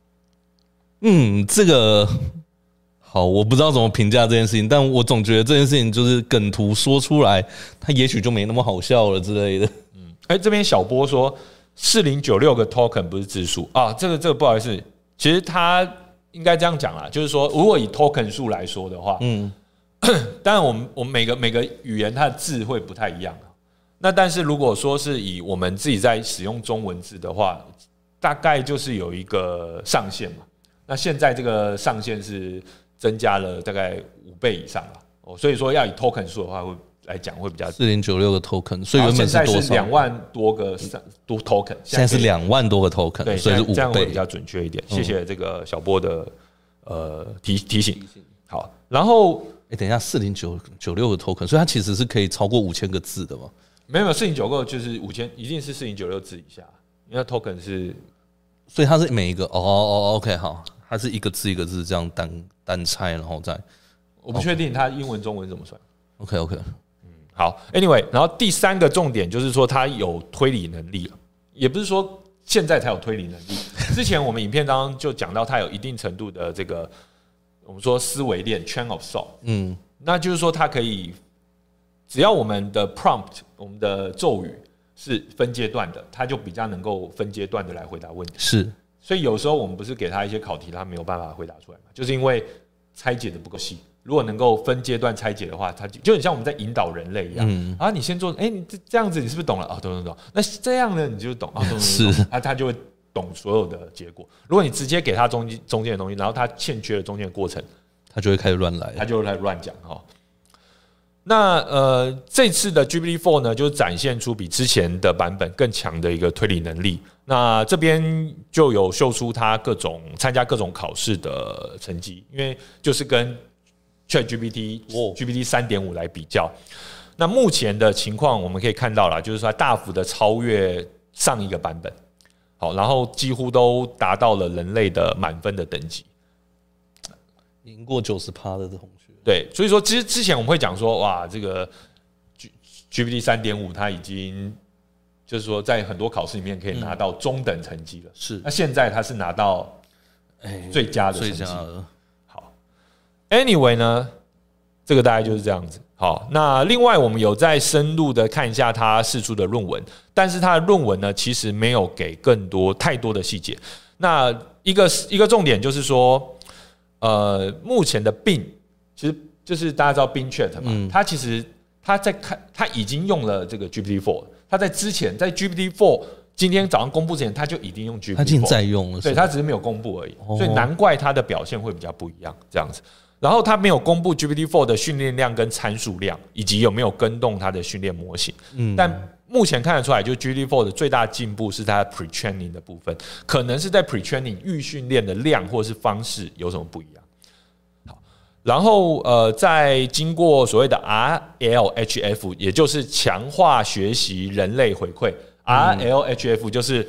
[SPEAKER 2] 这个好，我不知道怎么评价这件事情，但我总觉得这件事情就是梗图说出来，它也许就没那么好笑了之类的。
[SPEAKER 1] 这边小波说4096个 token 不是字数啊，这个不好意思，其实他应该这样讲啦，就是说如果以 token 数来说的话，当然我们每个语言它的字会不太一样。那但是如果说是以我们自己在使用中文字的话，大概就是有一个上限嘛。那现在这个上限是增加了大概5倍以上了，所以说要以 token 数的话来讲会比较
[SPEAKER 2] 4096个 token， 所以原本是多少？
[SPEAKER 1] 现在是2万多个token，
[SPEAKER 2] 现在是2万多个 token，
[SPEAKER 1] 对，
[SPEAKER 2] 所以是5倍，
[SPEAKER 1] 这样会比较准确一点。谢谢这个小波的提醒。好，然后
[SPEAKER 2] 等一下4096个 token， 所以它其实是可以超过5000个字的嘛？
[SPEAKER 1] 没有4096就是5000，一定是4096字以下，因为 token 是，
[SPEAKER 2] 所以它是每一个OK 好，它是一个字一个字这样单拆，然后再
[SPEAKER 1] 我不确定它英文中文怎么算。
[SPEAKER 2] OK，
[SPEAKER 1] 好 ，Anyway， 然后第3个重点就是说它有推理能力，也不是说现在才有推理能力，之前我们影片当中就讲到它有一定程度的这个我们说思维链 chain of thought，那就是说它可以。只要我们的 prompt， 我们的咒语是分阶段的，它就比较能够分阶段的来回答问题。
[SPEAKER 2] 是，
[SPEAKER 1] 所以有时候我们不是给他一些考题，他没有办法回答出来嘛，就是因为拆解的不够细。如果能够分阶段拆解的话，它就很像我们在引导人类一样。你先做，你这样子，你是不是懂了？懂。那这样呢，你就懂啊，懂。
[SPEAKER 2] 是，
[SPEAKER 1] 他就会懂所有的结果。如果你直接给他中间的东西，然后他欠缺了中间的过程，
[SPEAKER 2] 他就会开始乱来，
[SPEAKER 1] 他就会开始乱讲哈。那这次的 GPT-4 呢，就展现出比之前的版本更强的一个推理能力。那这边就有秀出他参加各种考试的成绩，因为就是跟 ChatGPT GPT 3.5 来比较。那目前的情况我们可以看到了，就是说大幅的超越上一个版本，好，然后几乎都达到了人类的满分的等级，
[SPEAKER 2] 赢过90%的同学。
[SPEAKER 1] 对，所以说其实之前我们会讲说，哇，这个 GPT 3.5它已经就是说在很多考试里面可以拿到中等成绩了，
[SPEAKER 2] 是。
[SPEAKER 1] 那现在它是拿到最佳的成绩。好 ，Anyway 呢，这个大概就是这样子。好，那另外我们有在深入的看一下他释出的论文，但是他的论文呢，其实没有给太多的细节。那一个重点就是说，目前的 Bing 其实就是大家知道 Bing Chat 嘛，它其实他已经用了这个 GPT-4， 他在之前在 GPT-4 今天早上公布之前，他就已经用 GPT-4，
[SPEAKER 2] 他已经在用了，
[SPEAKER 1] 对，他只是没有公布而已，所以难怪他的表现会比较不一样这样子。然后他没有公布 GPT-4 的训练量跟参数量，以及有没有跟动它的训练模型。但目前看得出来，就 GPT-4 的最大进步是它的 pre-training 的部分，可能是在 pre-training 预训练的量或是方式有什么不一样。好，然后在经过所谓的 RLHF， 也就是强化学习人类回馈，RLHF 就是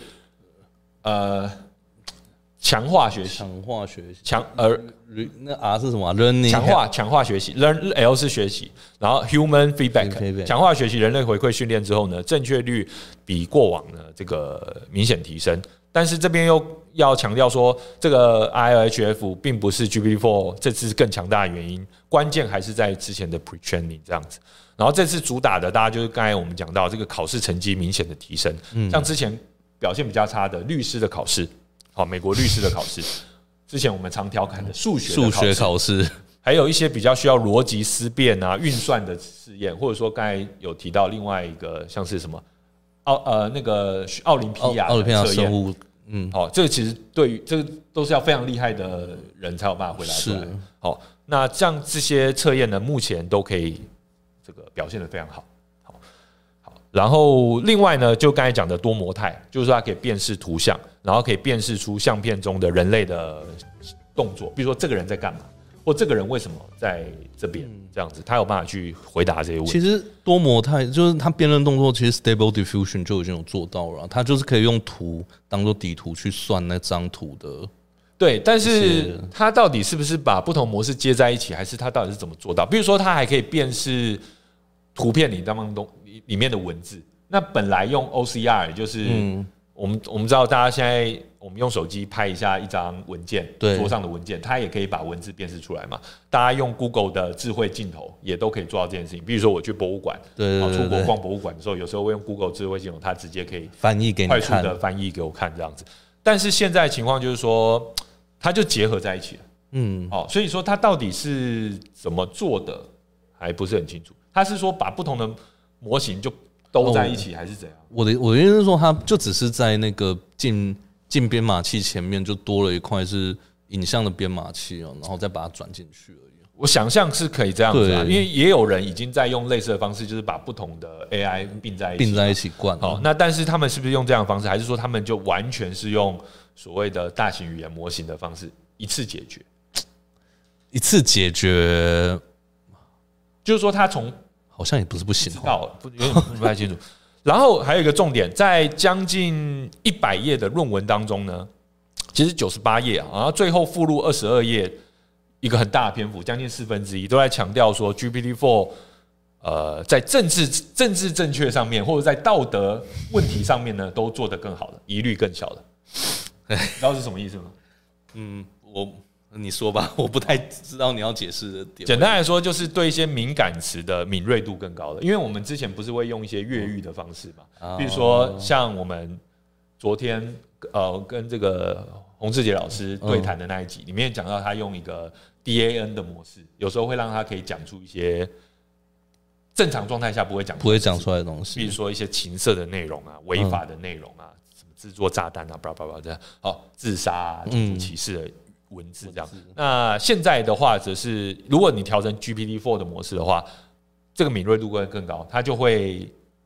[SPEAKER 1] 强化学习，那 R 是什么 ？Learning 强化学习 ，Learn L 是学习，然后 Human Feedback 强化学习人类回馈训练之后呢，正确率比过往呢这个明显提升。但是这边又要强调说，这个 RLHF 并不是 GPT-4 这次更强大的原因，关键还是在之前的 pre-training 这样子。然后这次主打的，大家就是刚才我们讲到这个考试成绩明显的提升，像之前表现比较差的律师的考试。好，美国律师的考试，之前我们常调侃的数学考试，还有一些比较需要逻辑思辨啊、运算的试验，或者说刚才有提到另外一个像是什么那个奥林匹亚测验，好，这个其实对于这个都是要非常厉害的人才有办法回答出来。好，那像这些测验呢，目前都可以这个表现得非常好。然后另外呢，就刚才讲的多模态，就是说它可以辨识图像，然后可以辨识出相片中的人类的动作，比如说这个人在干嘛，或这个人为什么在这边这样子，他有办法去回答这些问题。
[SPEAKER 2] 其实多模态就是它辨认动作，其实 Stable Diffusion 就已经有做到了，它就是可以用图当做底图去算那张图的。
[SPEAKER 1] 对，但是它到底是不是把不同模式接在一起，还是它到底是怎么做到？比如说，它还可以辨识图片里面的文字，那本来用 OCR 就是我们知道，大家现在我们用手机拍一下一张文件，桌上的文件，它也可以把文字辨识出来嘛。大家用 Google 的智慧镜头也都可以做到这件事情。比如说我去博物馆，出国逛博物馆的时候，有时候会用 Google 智慧镜头，它直接可以
[SPEAKER 2] 翻译给你看，
[SPEAKER 1] 快速的翻译给我看这样子。但是现在情况就是说，它就结合在一起了。所以说它到底是怎么做的，还不是很清楚。它是说把不同的模型就都在一起，还是怎样？我的
[SPEAKER 2] 意思是说，它就只是在那个进编码器前面就多了一块是影像的编码器，然后再把它转进去而已。
[SPEAKER 1] 我想象是可以这样子因为也有人已经在用类似的方式，就是把不同的 AI 并在一起灌。好，那但是他们是不是用这样的方式，还是说他们就完全是用所谓的大型语言模型的方式一次解决？
[SPEAKER 2] 一次解决，
[SPEAKER 1] 就是说他从
[SPEAKER 2] 好像也不是不行，
[SPEAKER 1] 有点不太清楚。然后还有一个重点，在将近100页的论文当中呢，其实98页然后最后附录22页，一个很大的篇幅，将近1/4都在强调说 GPT-4在政治正确上面，或者在道德问题上面呢，都做得更好了，疑虑更小了。你知道是什么意思吗？
[SPEAKER 2] 你说吧，我不太知道你要解释的点。
[SPEAKER 1] 简单来说，就是对一些敏感词的敏锐度更高了。因为我们之前不是会用一些越狱的方式嘛，比如说像我们昨天跟这个洪志杰老师对谈的那一集，里面讲到他用一个 DAN 的模式，有时候会让他可以讲出一些正常状态下不会讲
[SPEAKER 2] 出来的东西，
[SPEAKER 1] 比如说一些情色的内容啊、违法的内容啊、什么制作炸弹啊、巴拉巴拉这样，自杀啊、种族歧视的文字这样。那现在的话，则是如果你调成 GPT-4 的模式的话，这个敏锐度会更高，它就会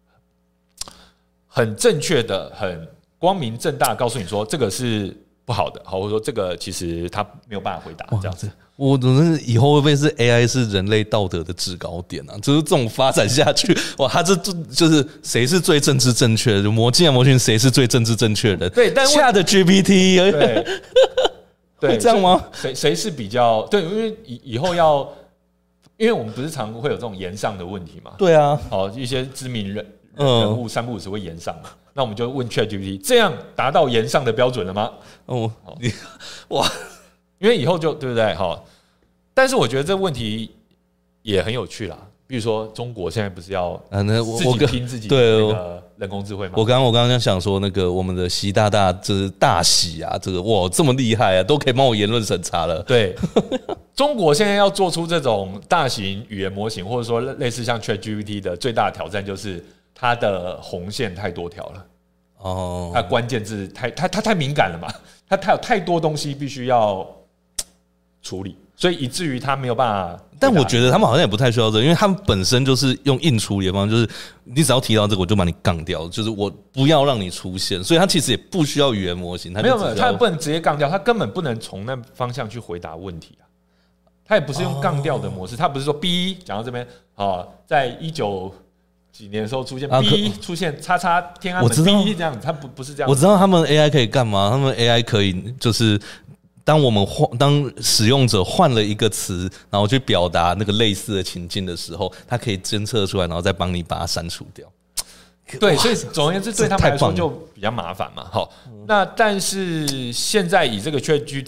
[SPEAKER 1] 很正确的、很光明正大告诉你说这个是不好的，或者说这个其实它没有办法回答这样子。
[SPEAKER 2] 我总是以后会不会是 AI 是人类道德的制高点啊？就是这种发展下去，哇，它就是谁是最政治正确的？模型谁是最政治正确的？
[SPEAKER 1] 对，但
[SPEAKER 2] 下的 GPT
[SPEAKER 1] 对，
[SPEAKER 2] 这样吗？
[SPEAKER 1] 谁是比较对？因为以后要因为我们不是常会有这种言上的问题嘛？
[SPEAKER 2] 对啊，
[SPEAKER 1] 好，一些知名人物3不5时会言上嘛，那我们就问 ChatGPT， 这样达到言上的标准了吗？
[SPEAKER 2] 哇，
[SPEAKER 1] 因为以后就对不对？好，但是我觉得这个问题也很有趣啦。比如说，中国现在不是要自己拼自己的那个人工智慧吗？
[SPEAKER 2] 我刚刚想说，那个我们的习大大就是大喜啊，这个哇这么厉害啊，都可以帮我言论审查了。
[SPEAKER 1] 对，中国现在要做出这种大型语言模型，或者说类似像 ChatGPT 的最大的挑战，就是它的红线太多条了。哦，它关键字它太敏感了嘛，它有太多东西必须要处理。所以以至于他没有办法，
[SPEAKER 2] 但我觉得他们好像也不太需要这个，因为他们本身就是用硬处理的方式，就是你只要提到这个，我就把你杠掉，就是我不要让你出现，所以他其实也不需要语言模型，
[SPEAKER 1] 没有，他不能直接杠掉，他根本不能从那方向去回答问题啊，他也不是用杠掉的模式，他不是说 B 讲到这边啊，在19几年的时候出现 B 出现叉叉天安门 B 这样子，他不是这样。
[SPEAKER 2] 我知道他们 AI 可以干嘛，他们 AI 可以就是当使用者换了一个词，然后去表达那个类似的情境的时候，它可以侦测出来，然后再帮你把它删除掉。
[SPEAKER 1] 对，所以总而言之，对他们来说就比较麻烦嘛。好，那但是现在以这个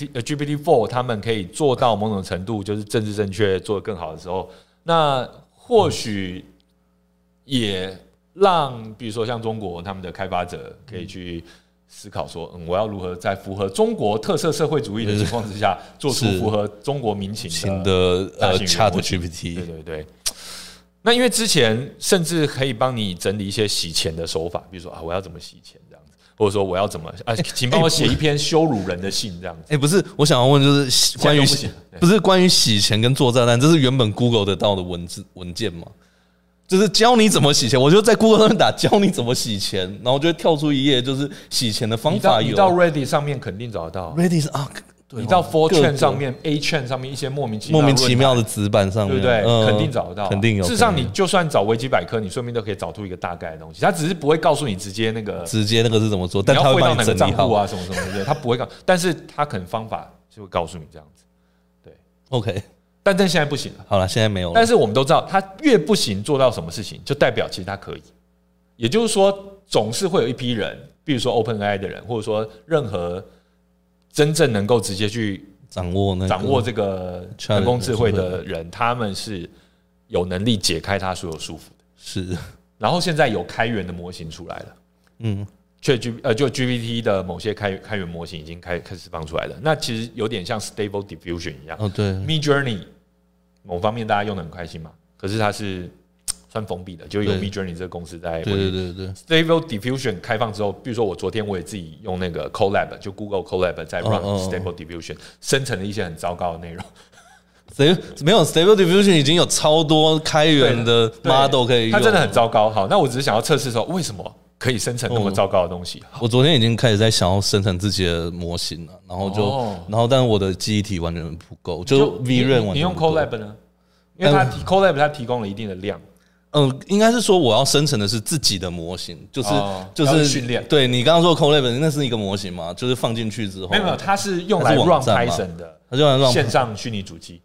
[SPEAKER 1] GPT-4，他们可以做到某种程度，就是政治正确做得更好的时候，那或许也让比如说像中国他们的开发者可以去思考说，我要如何在符合中国特色社会主义的情况之下，做出符合中国民情的
[SPEAKER 2] ChatGPT。
[SPEAKER 1] 对对对。那因为之前甚至可以帮你整理一些洗钱的手法，比如说我要怎么洗钱这样子，或者说我要怎么请帮我写一篇羞辱人的信这样子。
[SPEAKER 2] 不是，我想要问就是关于洗钱跟做炸弹，这是原本 Google 得到的文件吗？就是教你怎么洗钱，我就在 Google 上面打教你怎么洗钱，然后就会跳出一页，就是洗钱的方法有。
[SPEAKER 1] 你到 Reddit 上面肯定找得到。
[SPEAKER 2] Reddit 是
[SPEAKER 1] 你到 4chan 上面、A-Chain 上面一些莫名其妙
[SPEAKER 2] 的纸板上面，
[SPEAKER 1] 对不对？肯定找得到，
[SPEAKER 2] 肯定有。
[SPEAKER 1] 事实上，你就算找维基百科，你顺便都可以找出一个大概的东西。它只是不会告诉你直接那个
[SPEAKER 2] 是怎么做，但它会帮你整理好
[SPEAKER 1] 账户啊什么什么的，它不会告，但是它可能方法就会告诉你这样子。对
[SPEAKER 2] ，OK。
[SPEAKER 1] 但现在不行了。
[SPEAKER 2] 好了，现在没有了。
[SPEAKER 1] 但是我们都知道，它越不行做到什么事情，就代表其实它可以。也就是说，总是会有一批人，比如说 OpenAI 的人，或者说任何真正能够直接去掌握这个人工智慧的人，他们是有能力解开它所有束缚的。
[SPEAKER 2] 是。
[SPEAKER 1] 然后现在有开源的模型出来了。就 GPT 的某些开源模型已经开始放出来了。那其实有点像 Stable Diffusion 一样。
[SPEAKER 2] 对。
[SPEAKER 1] Midjourney 某方面大家用得很开心嘛，可是它是算封闭的，就有 Midjourney 这个公司在。
[SPEAKER 2] 对。
[SPEAKER 1] Stable Diffusion 开放之后，比如说我昨天我也自己用那个 Colab， 就 Google Colab 在 run Stable Diffusion， 生成了一些很糟糕的内容。
[SPEAKER 2] 没有 Stable Diffusion 已经有超多开源的 model 可以用，
[SPEAKER 1] 它真的很糟糕。好，那我只是想要测试说为什么可以生成那么糟糕的东西。
[SPEAKER 2] 我昨天已经开始在想要生成自己的模型了，然后但是我的记忆体完全不够，就 VRAM 完全不够。
[SPEAKER 1] 你用 Colab 呢？因为Colab 它提供了一定的量。
[SPEAKER 2] 应该是说我要生成的是自己的模型，就是
[SPEAKER 1] 训练。
[SPEAKER 2] 对，你刚刚说的 Colab 那是一个模型嘛？就是放进去之后，
[SPEAKER 1] 没有，它是用来 run Python 的，
[SPEAKER 2] 它用来 run
[SPEAKER 1] 线上虚拟主机。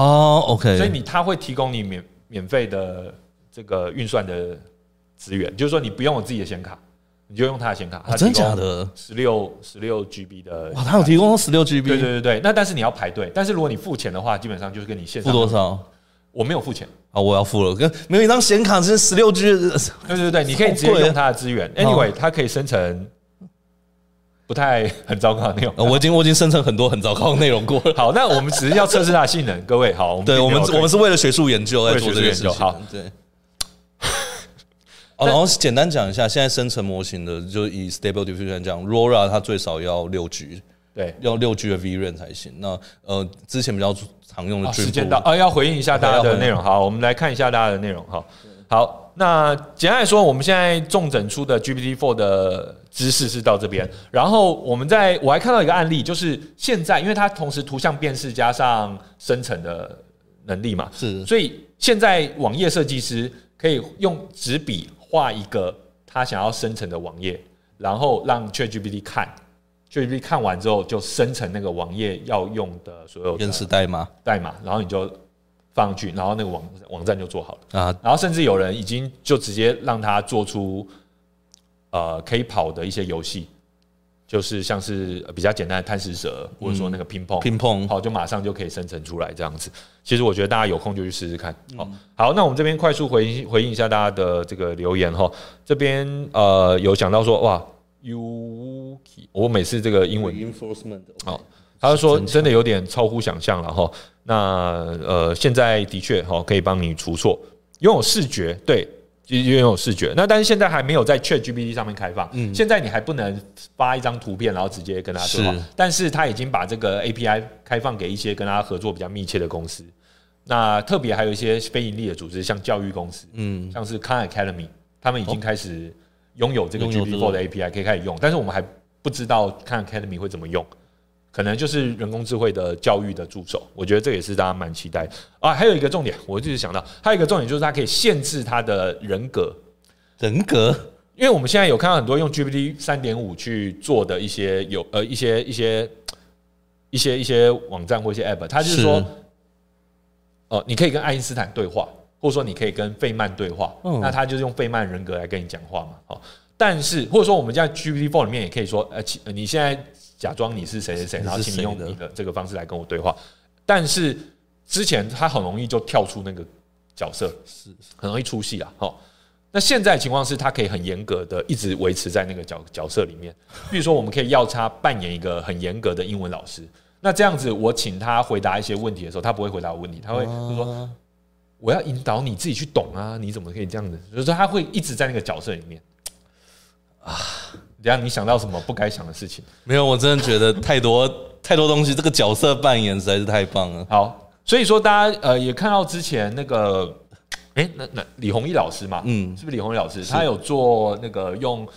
[SPEAKER 2] OK。
[SPEAKER 1] 所以它会提供你免费的这个运算的资源，就是说你不用我自己的显卡，你就用它的显卡。
[SPEAKER 2] 真假的
[SPEAKER 1] ？16 GB 的。
[SPEAKER 2] 哇，它有提供16 GB。
[SPEAKER 1] 对。那但是你要排队，但是如果你付钱的话，基本上就是跟你线上。
[SPEAKER 2] 付多少？
[SPEAKER 1] 我没有付钱。
[SPEAKER 2] 我要付了，没有一张显卡是16 G。
[SPEAKER 1] 对，你可以直接用它的资源。Anyway， 它可以生成不太很糟糕的内容。
[SPEAKER 2] 我已经生成很多很糟糕的内容过了。
[SPEAKER 1] 好，那我们只是要测试它的性能，各位好。
[SPEAKER 2] 对，我们是为了学术研究在做这个事情。
[SPEAKER 1] 好，
[SPEAKER 2] 对。然后简单讲一下，现在生成模型的，就以 Stable Diffusion 讲 ，Rora 它最少要6 G。对，要6 G 的 VRAM 才行。那之前比较常用的
[SPEAKER 1] 时间到要回应一下大家的内容。好，我们来看一下大家的内容。好，那简单来说，我们现在重整出的 GPT-4 的知识是到这边。然后我还看到一个案例，就是现在因为它同时图像辨识加上生成的能力嘛，所以现在网页设计师可以用纸笔画一个他想要生成的网页，然后让 ChatGPT 看。ChatGPT 看完之后，就生成那个网页要用的所有的
[SPEAKER 2] 原始代码，
[SPEAKER 1] 然后你就放上去，然后那个网站就做好了啊。然后甚至有人已经就直接让它做出可以跑的一些游戏，就是像是比较简单的贪食蛇，或者说那个乒乓，好，就马上就可以生成出来这样子。其实我觉得大家有空就去试试看。好，那我们这边快速回应一下大家的这个留言哈。这边有讲到说哇 ，Yuki， 我每次这个英文好。他就说真的有点超乎想象了哈。那现在的确可以帮你除错，拥有视觉，对，拥有视觉。那但是现在还没有在 ChatGPT 上面开放，现在你还不能发一张图片然后直接跟他对话。但是他已经把这个 API 开放给一些跟他合作比较密切的公司。那特别还有一些非盈利的组织，像教育公司，像是 Khan Academy， 他们已经开始拥有这个 GPT-4 的 API 可以开始用，但是我们还不知道 Khan Academy 会怎么用。可能就是人工智慧的教育的助手，我觉得这也是大家蛮期待啊。还有一个重点，我就是想到，还有一个重点就是它可以限制它的人格，因为我们现在有看到很多用 GPT 3.5 去做的一些一些网站或一些 App， 它就是说，你可以跟爱因斯坦对话，或者说你可以跟费曼对话，那他就是用费曼人格来跟你讲话嘛。但是或者说我们在 GPT-4 里面也可以说，你现在假装你是谁谁谁，然后请你用你的这个方式来跟我对话。但是之前他很容易就跳出那个角色，很容易出戏啊。那现在的情况是他可以很严格的一直维持在那个角色里面。比如说，我们可以要他扮演一个很严格的英文老师。那这样子，我请他回答一些问题的时候，他不会回答我问题，他会就说：“我要引导你自己去懂啊，你怎么可以这样子？”就是说，他会一直在那个角色里面啊。等一下，你想到什么不该想的事情？
[SPEAKER 2] 没有，我真的觉得太多东西，这个角色扮演实在是太棒了。
[SPEAKER 1] 好，所以说大家也看到之前那个，那李弘毅老师嘛，是不是李弘毅老师？他有做那个用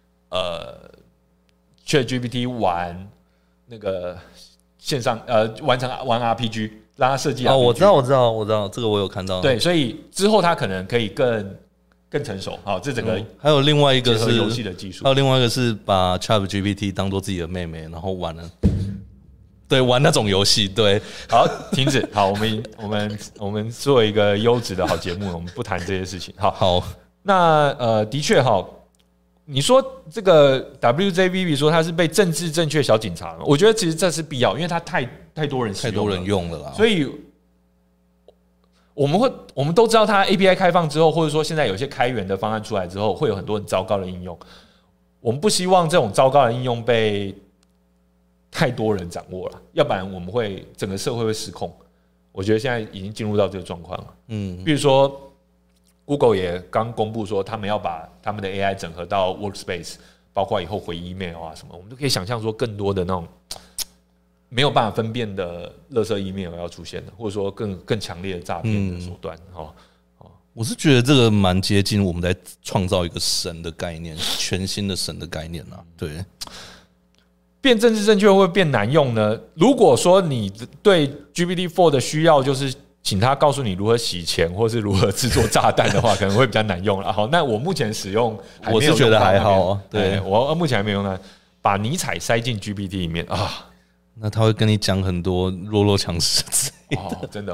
[SPEAKER 1] ChatGPT 玩那个线上玩 RPG， 让他设计 RPG。
[SPEAKER 2] 我知道，这个我有看到。
[SPEAKER 1] 对，所以之后他可能可以更成熟，好，这整个
[SPEAKER 2] 还有另外一个是
[SPEAKER 1] 游戏的技术，
[SPEAKER 2] 还有另外一个是把 ChatGPT 当做自己的妹妹，然后玩那种游戏。对，
[SPEAKER 1] 好，停止。好，我们作为一个优质的好节目，我们不谈这些事情。好，那的确你说这个 WJBB 说他是被政治正确小警察，我觉得其实这是必要，因为他太多人使用了，
[SPEAKER 2] 太多人用了啦，
[SPEAKER 1] 所以。我们都知道，它 API 开放之后，或者说现在有些开源的方案出来之后，会有很多很糟糕的应用。我们不希望这种糟糕的应用被太多人掌握了，要不然我们整个社会会失控。我觉得现在已经进入到这个状况了。比如说 Google 也刚公布说，他们要把他们的 AI 整合到 Workspace， 包括以后回 email 啊什么，我们都可以想象说更多的那种。没有办法分辨的垃圾 email 要出现的，或者说更强烈的诈骗的手段。
[SPEAKER 2] 我是觉得这个蛮接近我们在创造一个神的概念，全新的神的概念啊。对，
[SPEAKER 1] 变政治正确会不会变难用呢？如果说你对 GPT-4 的需要就是请他告诉你如何洗钱，或是如何制作炸弹的话，可能会比较难用了。好，那我目前使用还没有用到，
[SPEAKER 2] 我是觉得还好啊。
[SPEAKER 1] 对，我目前还没有用到，把尼采塞进 GPT 里面啊。
[SPEAKER 2] 那他会跟你讲很多弱强势之类的，
[SPEAKER 1] 真的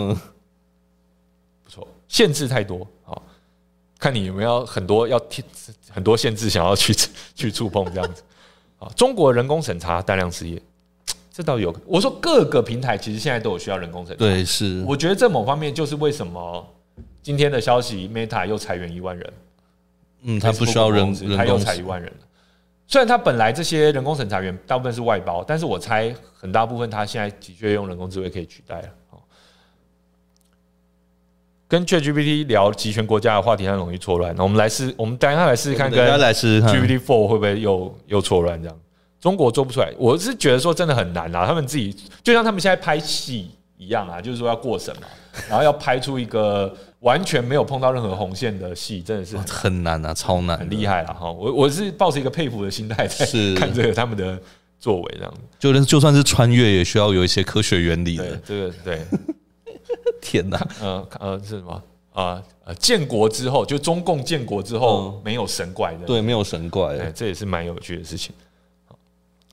[SPEAKER 1] 不错，限制太多，看你有没有很多限制想要去触碰这样子。中国人工审查大量失业，这倒有。我说各个平台其实现在都有需要人工审查，
[SPEAKER 2] 对，是。
[SPEAKER 1] 我觉得这某方面就是为什么今天的消息 ，Meta 又裁员1万人，
[SPEAKER 2] 他不需要人工，
[SPEAKER 1] 他又裁1万人了。虽然他本来这些人工审查员大部分是外包，但是我猜很大部分他现在的确用人工智慧可以取代了。跟 ChatGPT 聊集权国家的话题很容易错乱，我们等一下来试试看，跟 GPT-4 会不会又错乱这样？中国做不出来，我是觉得说真的很难啦。他们自己就像他们现在拍戏一样啊，就是说要过审嘛，然后要拍出一个完全没有碰到任何红线的戏，真的是
[SPEAKER 2] 很难啊，超难，
[SPEAKER 1] 很厉害啦。我是抱着一个佩服的心态在看这个他们的作为，这样
[SPEAKER 2] 就算是穿越，也需要有一些科学原理的。
[SPEAKER 1] 这个对。
[SPEAKER 2] 天哪，
[SPEAKER 1] 是什么建国之后，就中共建国之后没有神怪的，
[SPEAKER 2] 对，没有神怪，
[SPEAKER 1] 这也是蛮有趣的事情。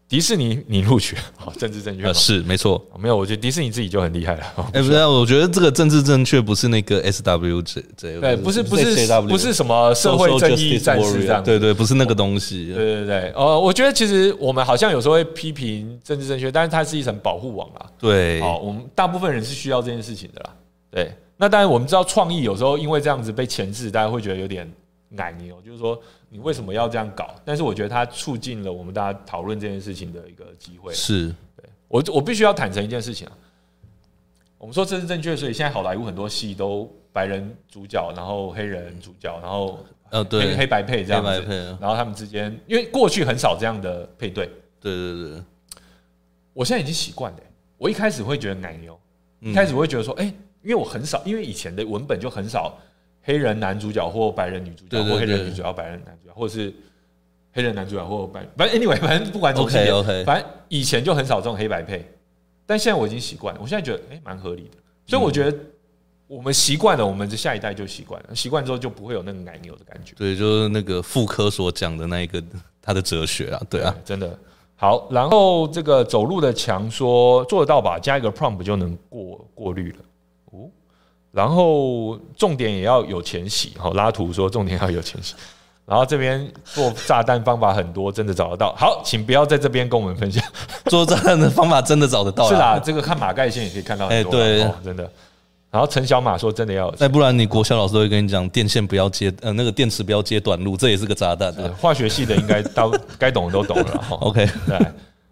[SPEAKER 1] 迪士尼你录取，好，政治正确吗？
[SPEAKER 2] 是没错，
[SPEAKER 1] 没有，我觉得迪士尼自己就很厉害了。
[SPEAKER 2] 不是，我觉得这个政治正确不是那个 SWJ，
[SPEAKER 1] 对，不是什么社会正义战士这样，
[SPEAKER 2] 对，不是那个东西。
[SPEAKER 1] 对，我觉得其实我们好像有时候会批评政治正确，但是它是一层保护网啦。
[SPEAKER 2] 对，
[SPEAKER 1] 我们大部分人是需要这件事情的啦。对，那当然我们知道创意有时候因为这样子被钳制，大家会觉得有点奶牛，就是说你为什么要这样搞？但是我觉得它促进了我们大家讨论这件事情的一个机会。
[SPEAKER 2] 是，
[SPEAKER 1] 对，我必须要坦诚一件事情啊。我们说政治正确，所以现在好莱坞很多戏都白人主角，然后黑人主角，然后
[SPEAKER 2] 对
[SPEAKER 1] 黑白配这样子，然后他们之间，因为过去很少这样的配对。
[SPEAKER 2] 对，
[SPEAKER 1] 我现在已经习惯了。我一开始会觉得奶牛，一开始会觉得说，因为我很少，因为以前的文本就很少。黑人男主角或白人女主角，或黑人女主角白人男主角，或者是黑人男主角或反正 anyway， 反正不管怎么写，反正以前就很少这种黑白配，但现在我已经习惯了，我现在觉得蛮合理的，所以我觉得我们习惯了，我们的下一代就习惯了，习惯之后就不会有那个奶牛的感觉。
[SPEAKER 2] 对，就是那个妇科所讲的那一个他的哲学啊，对啊，
[SPEAKER 1] 真的好。然后这个走路的墙说做得到吧，加一个 prompt 就能过滤了。然后重点也要有钱洗，拉图说重点要有钱洗。然后这边做炸弹方法很多，真的找得到。好，请不要在这边跟我们分享
[SPEAKER 2] 做炸弹的方法，真的找得到。
[SPEAKER 1] 是啦，这个看马盖线也可以看到很多。对，真的。然后陈小马说真的要有，
[SPEAKER 2] 不然你国小老师都会跟你讲，电线不要接，那个电池不要接短路，这也是个炸弹。
[SPEAKER 1] 化学系的应该该懂的都懂了。
[SPEAKER 2] OK，
[SPEAKER 1] 对。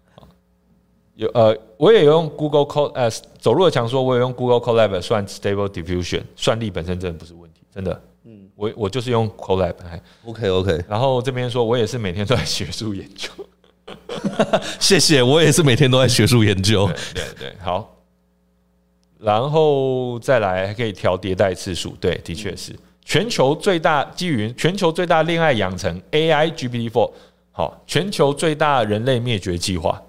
[SPEAKER 1] 我也有用 Google Colab 走路的墙说，我也用 Google Colab 算 Stable Diffusion， 算力本身真的不是问题，真的。我就是用 Colab。
[SPEAKER 2] OK。
[SPEAKER 1] 然后这边说我也是每天都在学术研究，
[SPEAKER 2] 谢谢，我也是每天都在学术研究。
[SPEAKER 1] 对，好。然后再来还可以调迭代次数，对，的确是全球最大基于全球最大恋爱养成 AI GPT-4， 好，全球最大人类灭绝计划。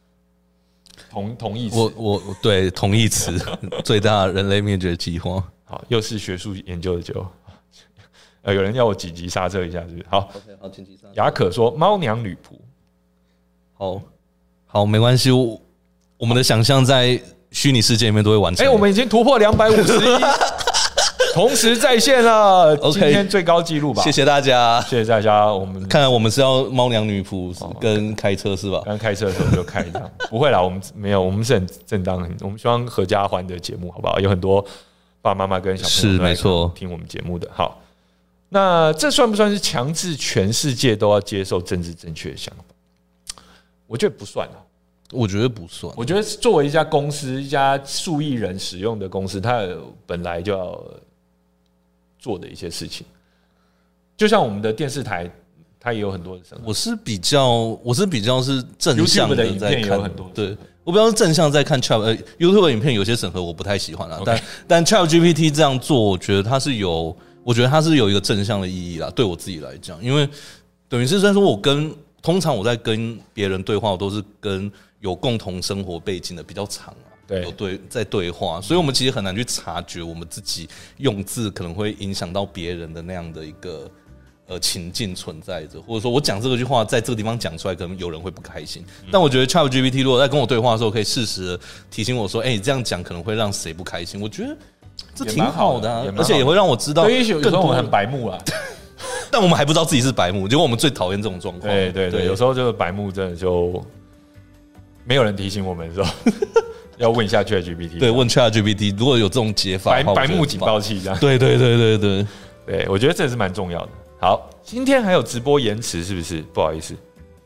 [SPEAKER 1] 同义词，
[SPEAKER 2] 我对同义词，最大人类灭绝计划。
[SPEAKER 1] 好，又是学术研究的就，有人要我几级刹车一下，是不是？好
[SPEAKER 2] ，OK， 好，请急刹车。
[SPEAKER 1] 雅可说猫娘女
[SPEAKER 2] 仆，好，没关系，我们的想象在虚拟世界里面都会完成。
[SPEAKER 1] 我们已经突破251。同时在线了，今天最高纪录吧？
[SPEAKER 2] 谢谢大家，
[SPEAKER 1] 谢谢大家。我们
[SPEAKER 2] 看来我们是要猫娘女仆跟开车是吧？
[SPEAKER 1] 刚开车的时候就开这样，不会啦，我们没有，我们是很正当，我们希望合家欢的节目，好不好？有很多爸爸妈妈跟小朋友
[SPEAKER 2] 是没错
[SPEAKER 1] 听我们节目的。好，那这算不算是强制全世界都要接受政治正确的想法？我觉得不算啊。
[SPEAKER 2] 我觉得不算。
[SPEAKER 1] 我觉得作为一家公司，一家数亿人使用的公司，它本来就要做的一些事情，就像我们的电视台，它也有很多的审核。
[SPEAKER 2] 我是比较是正向的在看，
[SPEAKER 1] 也有很多。
[SPEAKER 2] 对，我比较是正向在看 YouTube 的影片，有些审核我不太喜欢啦。但 ChatGPT 这样做，我觉得它是有一个正向的意义啦。对我自己来讲，因为等于是虽然说通常我在跟别人对话，我都是跟有共同生活背景的比较长啊。在对话，所以我们其实很难去察觉我们自己用字可能会影响到别人的那样的一个情境存在着，或者说我讲这句话在这个地方讲出来，可能有人会不开心。但我觉得 ChatGPT 如果在跟我对话的时候，可以适时的提醒我说：“你这样讲可能会让谁不开心。”我觉得这挺好的啊，而且也会让我知道。
[SPEAKER 1] 对，有时候我们很白目啊，
[SPEAKER 2] 但我们还不知道自己是白目，结果我们最讨厌这种状况。
[SPEAKER 1] 对，有时候就是白目，真的就没有人提醒我们的时候。要问一下 ChatGPT，
[SPEAKER 2] 对，问 ChatGPT 如果有这种解法，
[SPEAKER 1] 白目警报器这样。
[SPEAKER 2] 对，
[SPEAKER 1] 我觉得这也是蛮重要的。好，今天还有直播延迟，是不是？不好意思，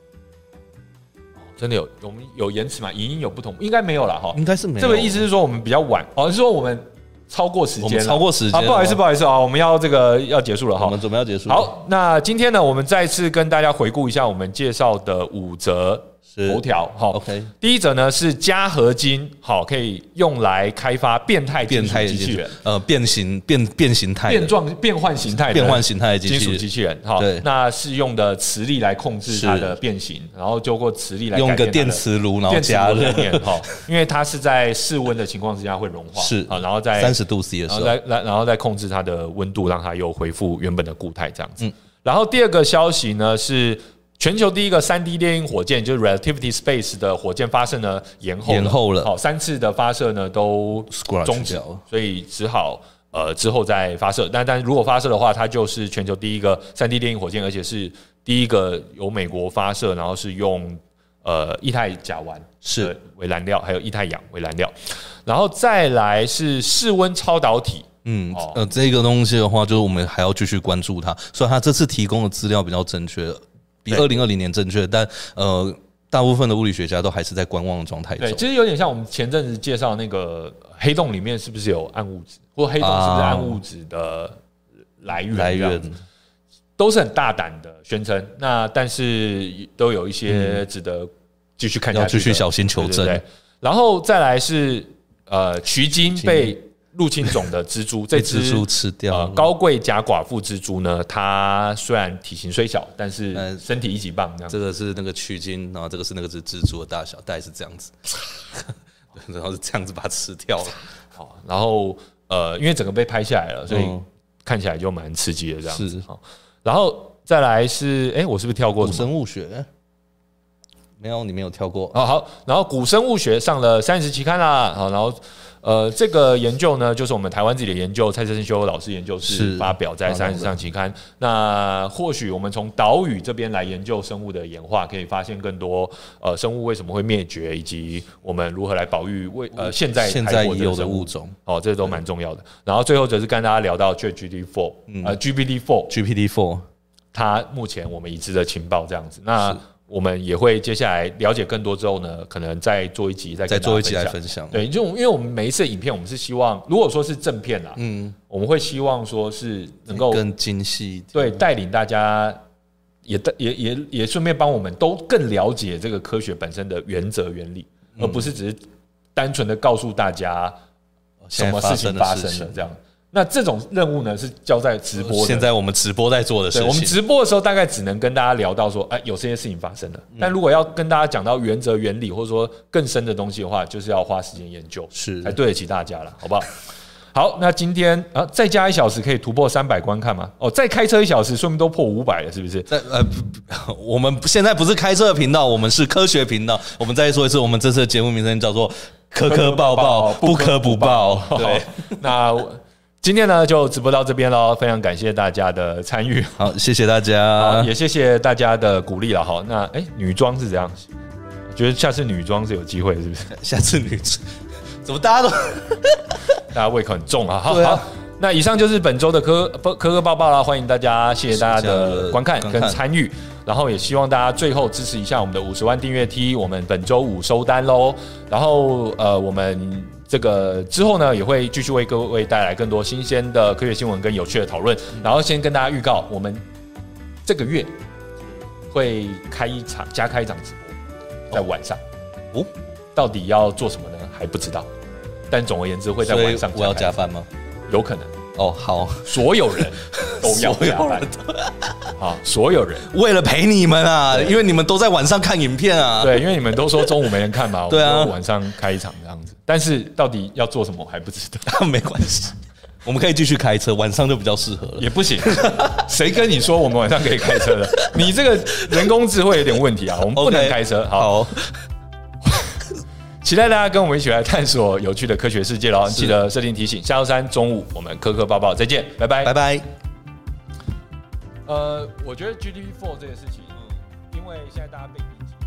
[SPEAKER 1] 真的我们有延迟吗？影音有不同，应该没有啦哈，
[SPEAKER 2] 应该是没有。
[SPEAKER 1] 这个意思是说我们比较晚，是说我们超过时间，
[SPEAKER 2] 超过时间。
[SPEAKER 1] 不好意思啊，我们要结束了哈，
[SPEAKER 2] 我们准备要结束。
[SPEAKER 1] 好，那今天呢，我们再次跟大家回顾一下我们介绍的5则。头条
[SPEAKER 2] ，OK。
[SPEAKER 1] 第一则呢是加合金，可以用来开发变态金属机器人，
[SPEAKER 2] 变形态、
[SPEAKER 1] 变换形态
[SPEAKER 2] 的
[SPEAKER 1] 金属机器人，
[SPEAKER 2] 对，
[SPEAKER 1] 那是用的磁力来控制它的变形，然后经过磁力来
[SPEAKER 2] 用个电磁炉，然后加热，
[SPEAKER 1] 因为它是在室温的情况之下会融化，
[SPEAKER 2] 是
[SPEAKER 1] 然后在
[SPEAKER 2] 30度 C 的时候，
[SPEAKER 1] 然后再控制它的温度，让它又恢复原本的固态这样子。然后第二个消息呢是。 全球第一个3D 猎鹰火箭，就是 Relativity Space 的火箭发射呢延后了，好，3次的发射呢都终止，所以只好之后再发射。但如果发射的话，它就是全球第一个3D 猎鹰火箭，而且是第一个由美国发射，然后是用液态甲烷是为燃料，还有液态氧为燃料，然后再来是室温超导体。
[SPEAKER 2] 这个东西的话，就是我们还要继续关注它。虽然它这次提供的资料比较正确，比2020年正确，但大部分的物理学家都还是在观望的状态中。
[SPEAKER 1] 对，其实有点像我们前阵子介绍那个黑洞里面是不是有暗物质，或黑洞是不是暗物质的来源，都是很大胆的宣称。那但是都有一些值得继续看下去的，
[SPEAKER 2] 要继续小心求证。
[SPEAKER 1] 对，然后再来是渠金被入侵种的蜘蛛，这只
[SPEAKER 2] 蜘蛛吃掉
[SPEAKER 1] 高贵假寡妇蜘蛛呢，它虽然体型虽小，但是身体一级棒。
[SPEAKER 2] 这个是那个曲筋，然后这个是那个只蜘蛛的大小，大概是这样子，然后是这样子把它吃掉了。
[SPEAKER 1] 好，然后因为整个被拍下来了，所以看起来就蛮刺激的这样子。是，然后再来是，我是不是跳过
[SPEAKER 2] 古生物学？没有，你没有跳过。
[SPEAKER 1] 好，然后古生物学上了30期刊啦。好，然后这个研究呢，就是我们台湾自己的研究，蔡胜修老师研究室发表在30上期刊。那或许我们从岛屿这边来研究生物的演化，可以发现更多生物为什么会灭绝，以及我们如何来保育现在
[SPEAKER 2] 已有的物种。
[SPEAKER 1] 这都蛮重要的。然后最后则是跟大家聊到 GPT-4，GPT-4，它目前我们已知的情报这样子。那我们也会接下来了解更多之后呢，可能再做一集，再做一集
[SPEAKER 2] 来分享。
[SPEAKER 1] 对，就因为我们每一次的影片，我们是希望，如果说是正片啦，我们会希望说是能够
[SPEAKER 2] 更精细一点，
[SPEAKER 1] 对，带领大家也顺便帮我们都更了解这个科学本身的原则原理，而不是只是单纯的告诉大家什么事情发生了这样。那这种任务呢，是交在直播的。
[SPEAKER 2] 现在我们直播在做的事情，
[SPEAKER 1] 我们直播的时候大概只能跟大家聊到说，有这些事情发生了。但如果要跟大家讲到原则原理，或者说更深的东西的话，就是要花时间研究，才对得起大家了，好不好？好，那今天再加1小时可以突破300观看吗？再开车1小时，说明都破500了，是不是？
[SPEAKER 2] 我们现在不是开车的频道，我们是科学频道。我们再说一次，我们这次的节目名称叫做“科科报报，不科不报”。对，
[SPEAKER 1] 那今天呢就直播到这边咯，非常感谢大家的参与。
[SPEAKER 2] 好，谢谢大家，
[SPEAKER 1] 也谢谢大家的鼓励了。好，那女装是怎样？我觉得下次女装是有机会，是不是？
[SPEAKER 2] 下次女装怎么大家都
[SPEAKER 1] 大家胃口很重啊？好，那以上就是本周的科科报报啦，欢迎大家，谢谢大家的观看跟参与。然后也希望大家最后支持一下我们的50万订阅梯，我们本周5收单咯。然后我们这个之后呢，也会继续为各位带来更多新鲜的科学新闻跟有趣的讨论。然后先跟大家预告，我们这个月会加开一场直播，在晚上。到底要做什么呢？还不知道。但总而言之，会在晚上。
[SPEAKER 2] 我要加班吗？
[SPEAKER 1] 有可能。
[SPEAKER 2] 好，
[SPEAKER 1] 所有人都要加班。好，所有人
[SPEAKER 2] 为了陪你们啊，因为你们都在晚上看影片啊。
[SPEAKER 1] 对，因为你们都说中午没人看嘛，
[SPEAKER 2] 对啊，
[SPEAKER 1] 我们晚上开一场这样子。但是到底要做什么，我还不知道。
[SPEAKER 2] 没关系，我们可以继续开车，晚上就比较适合了。
[SPEAKER 1] 也不行，谁跟你说我们晚上可以开车的？你这个人工智慧有点问题啊，我们不能开车。好。期待大家跟我们一起来探索有趣的科学世界咯！记得设定提醒，下周3中午我们科科报报再见，拜拜，
[SPEAKER 2] 拜拜。
[SPEAKER 1] 我觉得 GPT-4这个事情，因为现在大家被逼急。